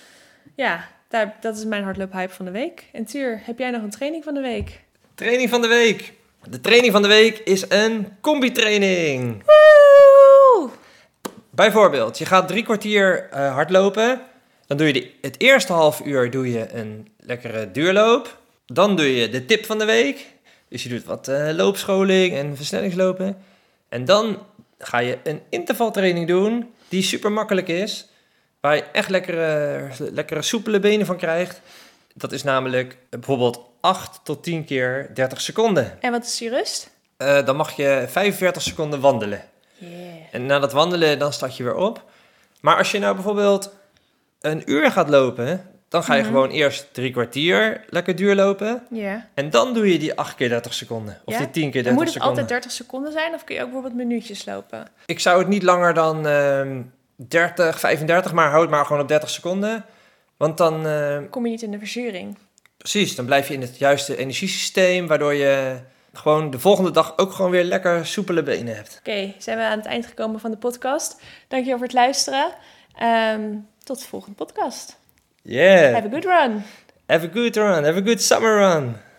ja, daar, dat is mijn hardloophype van de week. En Tuur, heb jij nog een training van de week? Training van de week. De training van de week is een combi-training. Woe! Bijvoorbeeld, je gaat drie kwartier uh, hardlopen. Dan doe je de, het eerste half uur doe je een lekkere duurloop. Dan doe je de tip van de week. Dus je doet wat uh, loopscholing en versnellingslopen. En dan ga je een intervaltraining doen die super makkelijk is. Waar je echt lekkere, lekkere soepele benen van krijgt. Dat is namelijk bijvoorbeeld acht tot tien keer dertig seconden. En wat is die rust? Uh, dan mag je vijfenveertig seconden wandelen. Yeah. En na dat wandelen, dan start je weer op. Maar als je nou bijvoorbeeld een uur gaat lopen, dan ga je mm-hmm. gewoon eerst drie kwartier lekker duur lopen. Yeah. En dan doe je die acht keer dertig seconden. Of yeah? die tien keer dertig seconden. Moet het seconden. altijd dertig seconden zijn? Of kun je ook bijvoorbeeld minuutjes lopen? Ik zou het niet langer dan uh, dertig, vijfendertig, maar houd maar gewoon op dertig seconden. Want dan... Uh, kom je niet in de verzuring. Precies, dan blijf je in het juiste energiesysteem, waardoor je gewoon de volgende dag ook gewoon weer lekker soepele benen hebt. Oké, okay, zijn we aan het eind gekomen van de podcast. Dankjewel voor het luisteren. Um, tot de volgende podcast. Yeah. Have a good run. Have a good run. Have a good summer run.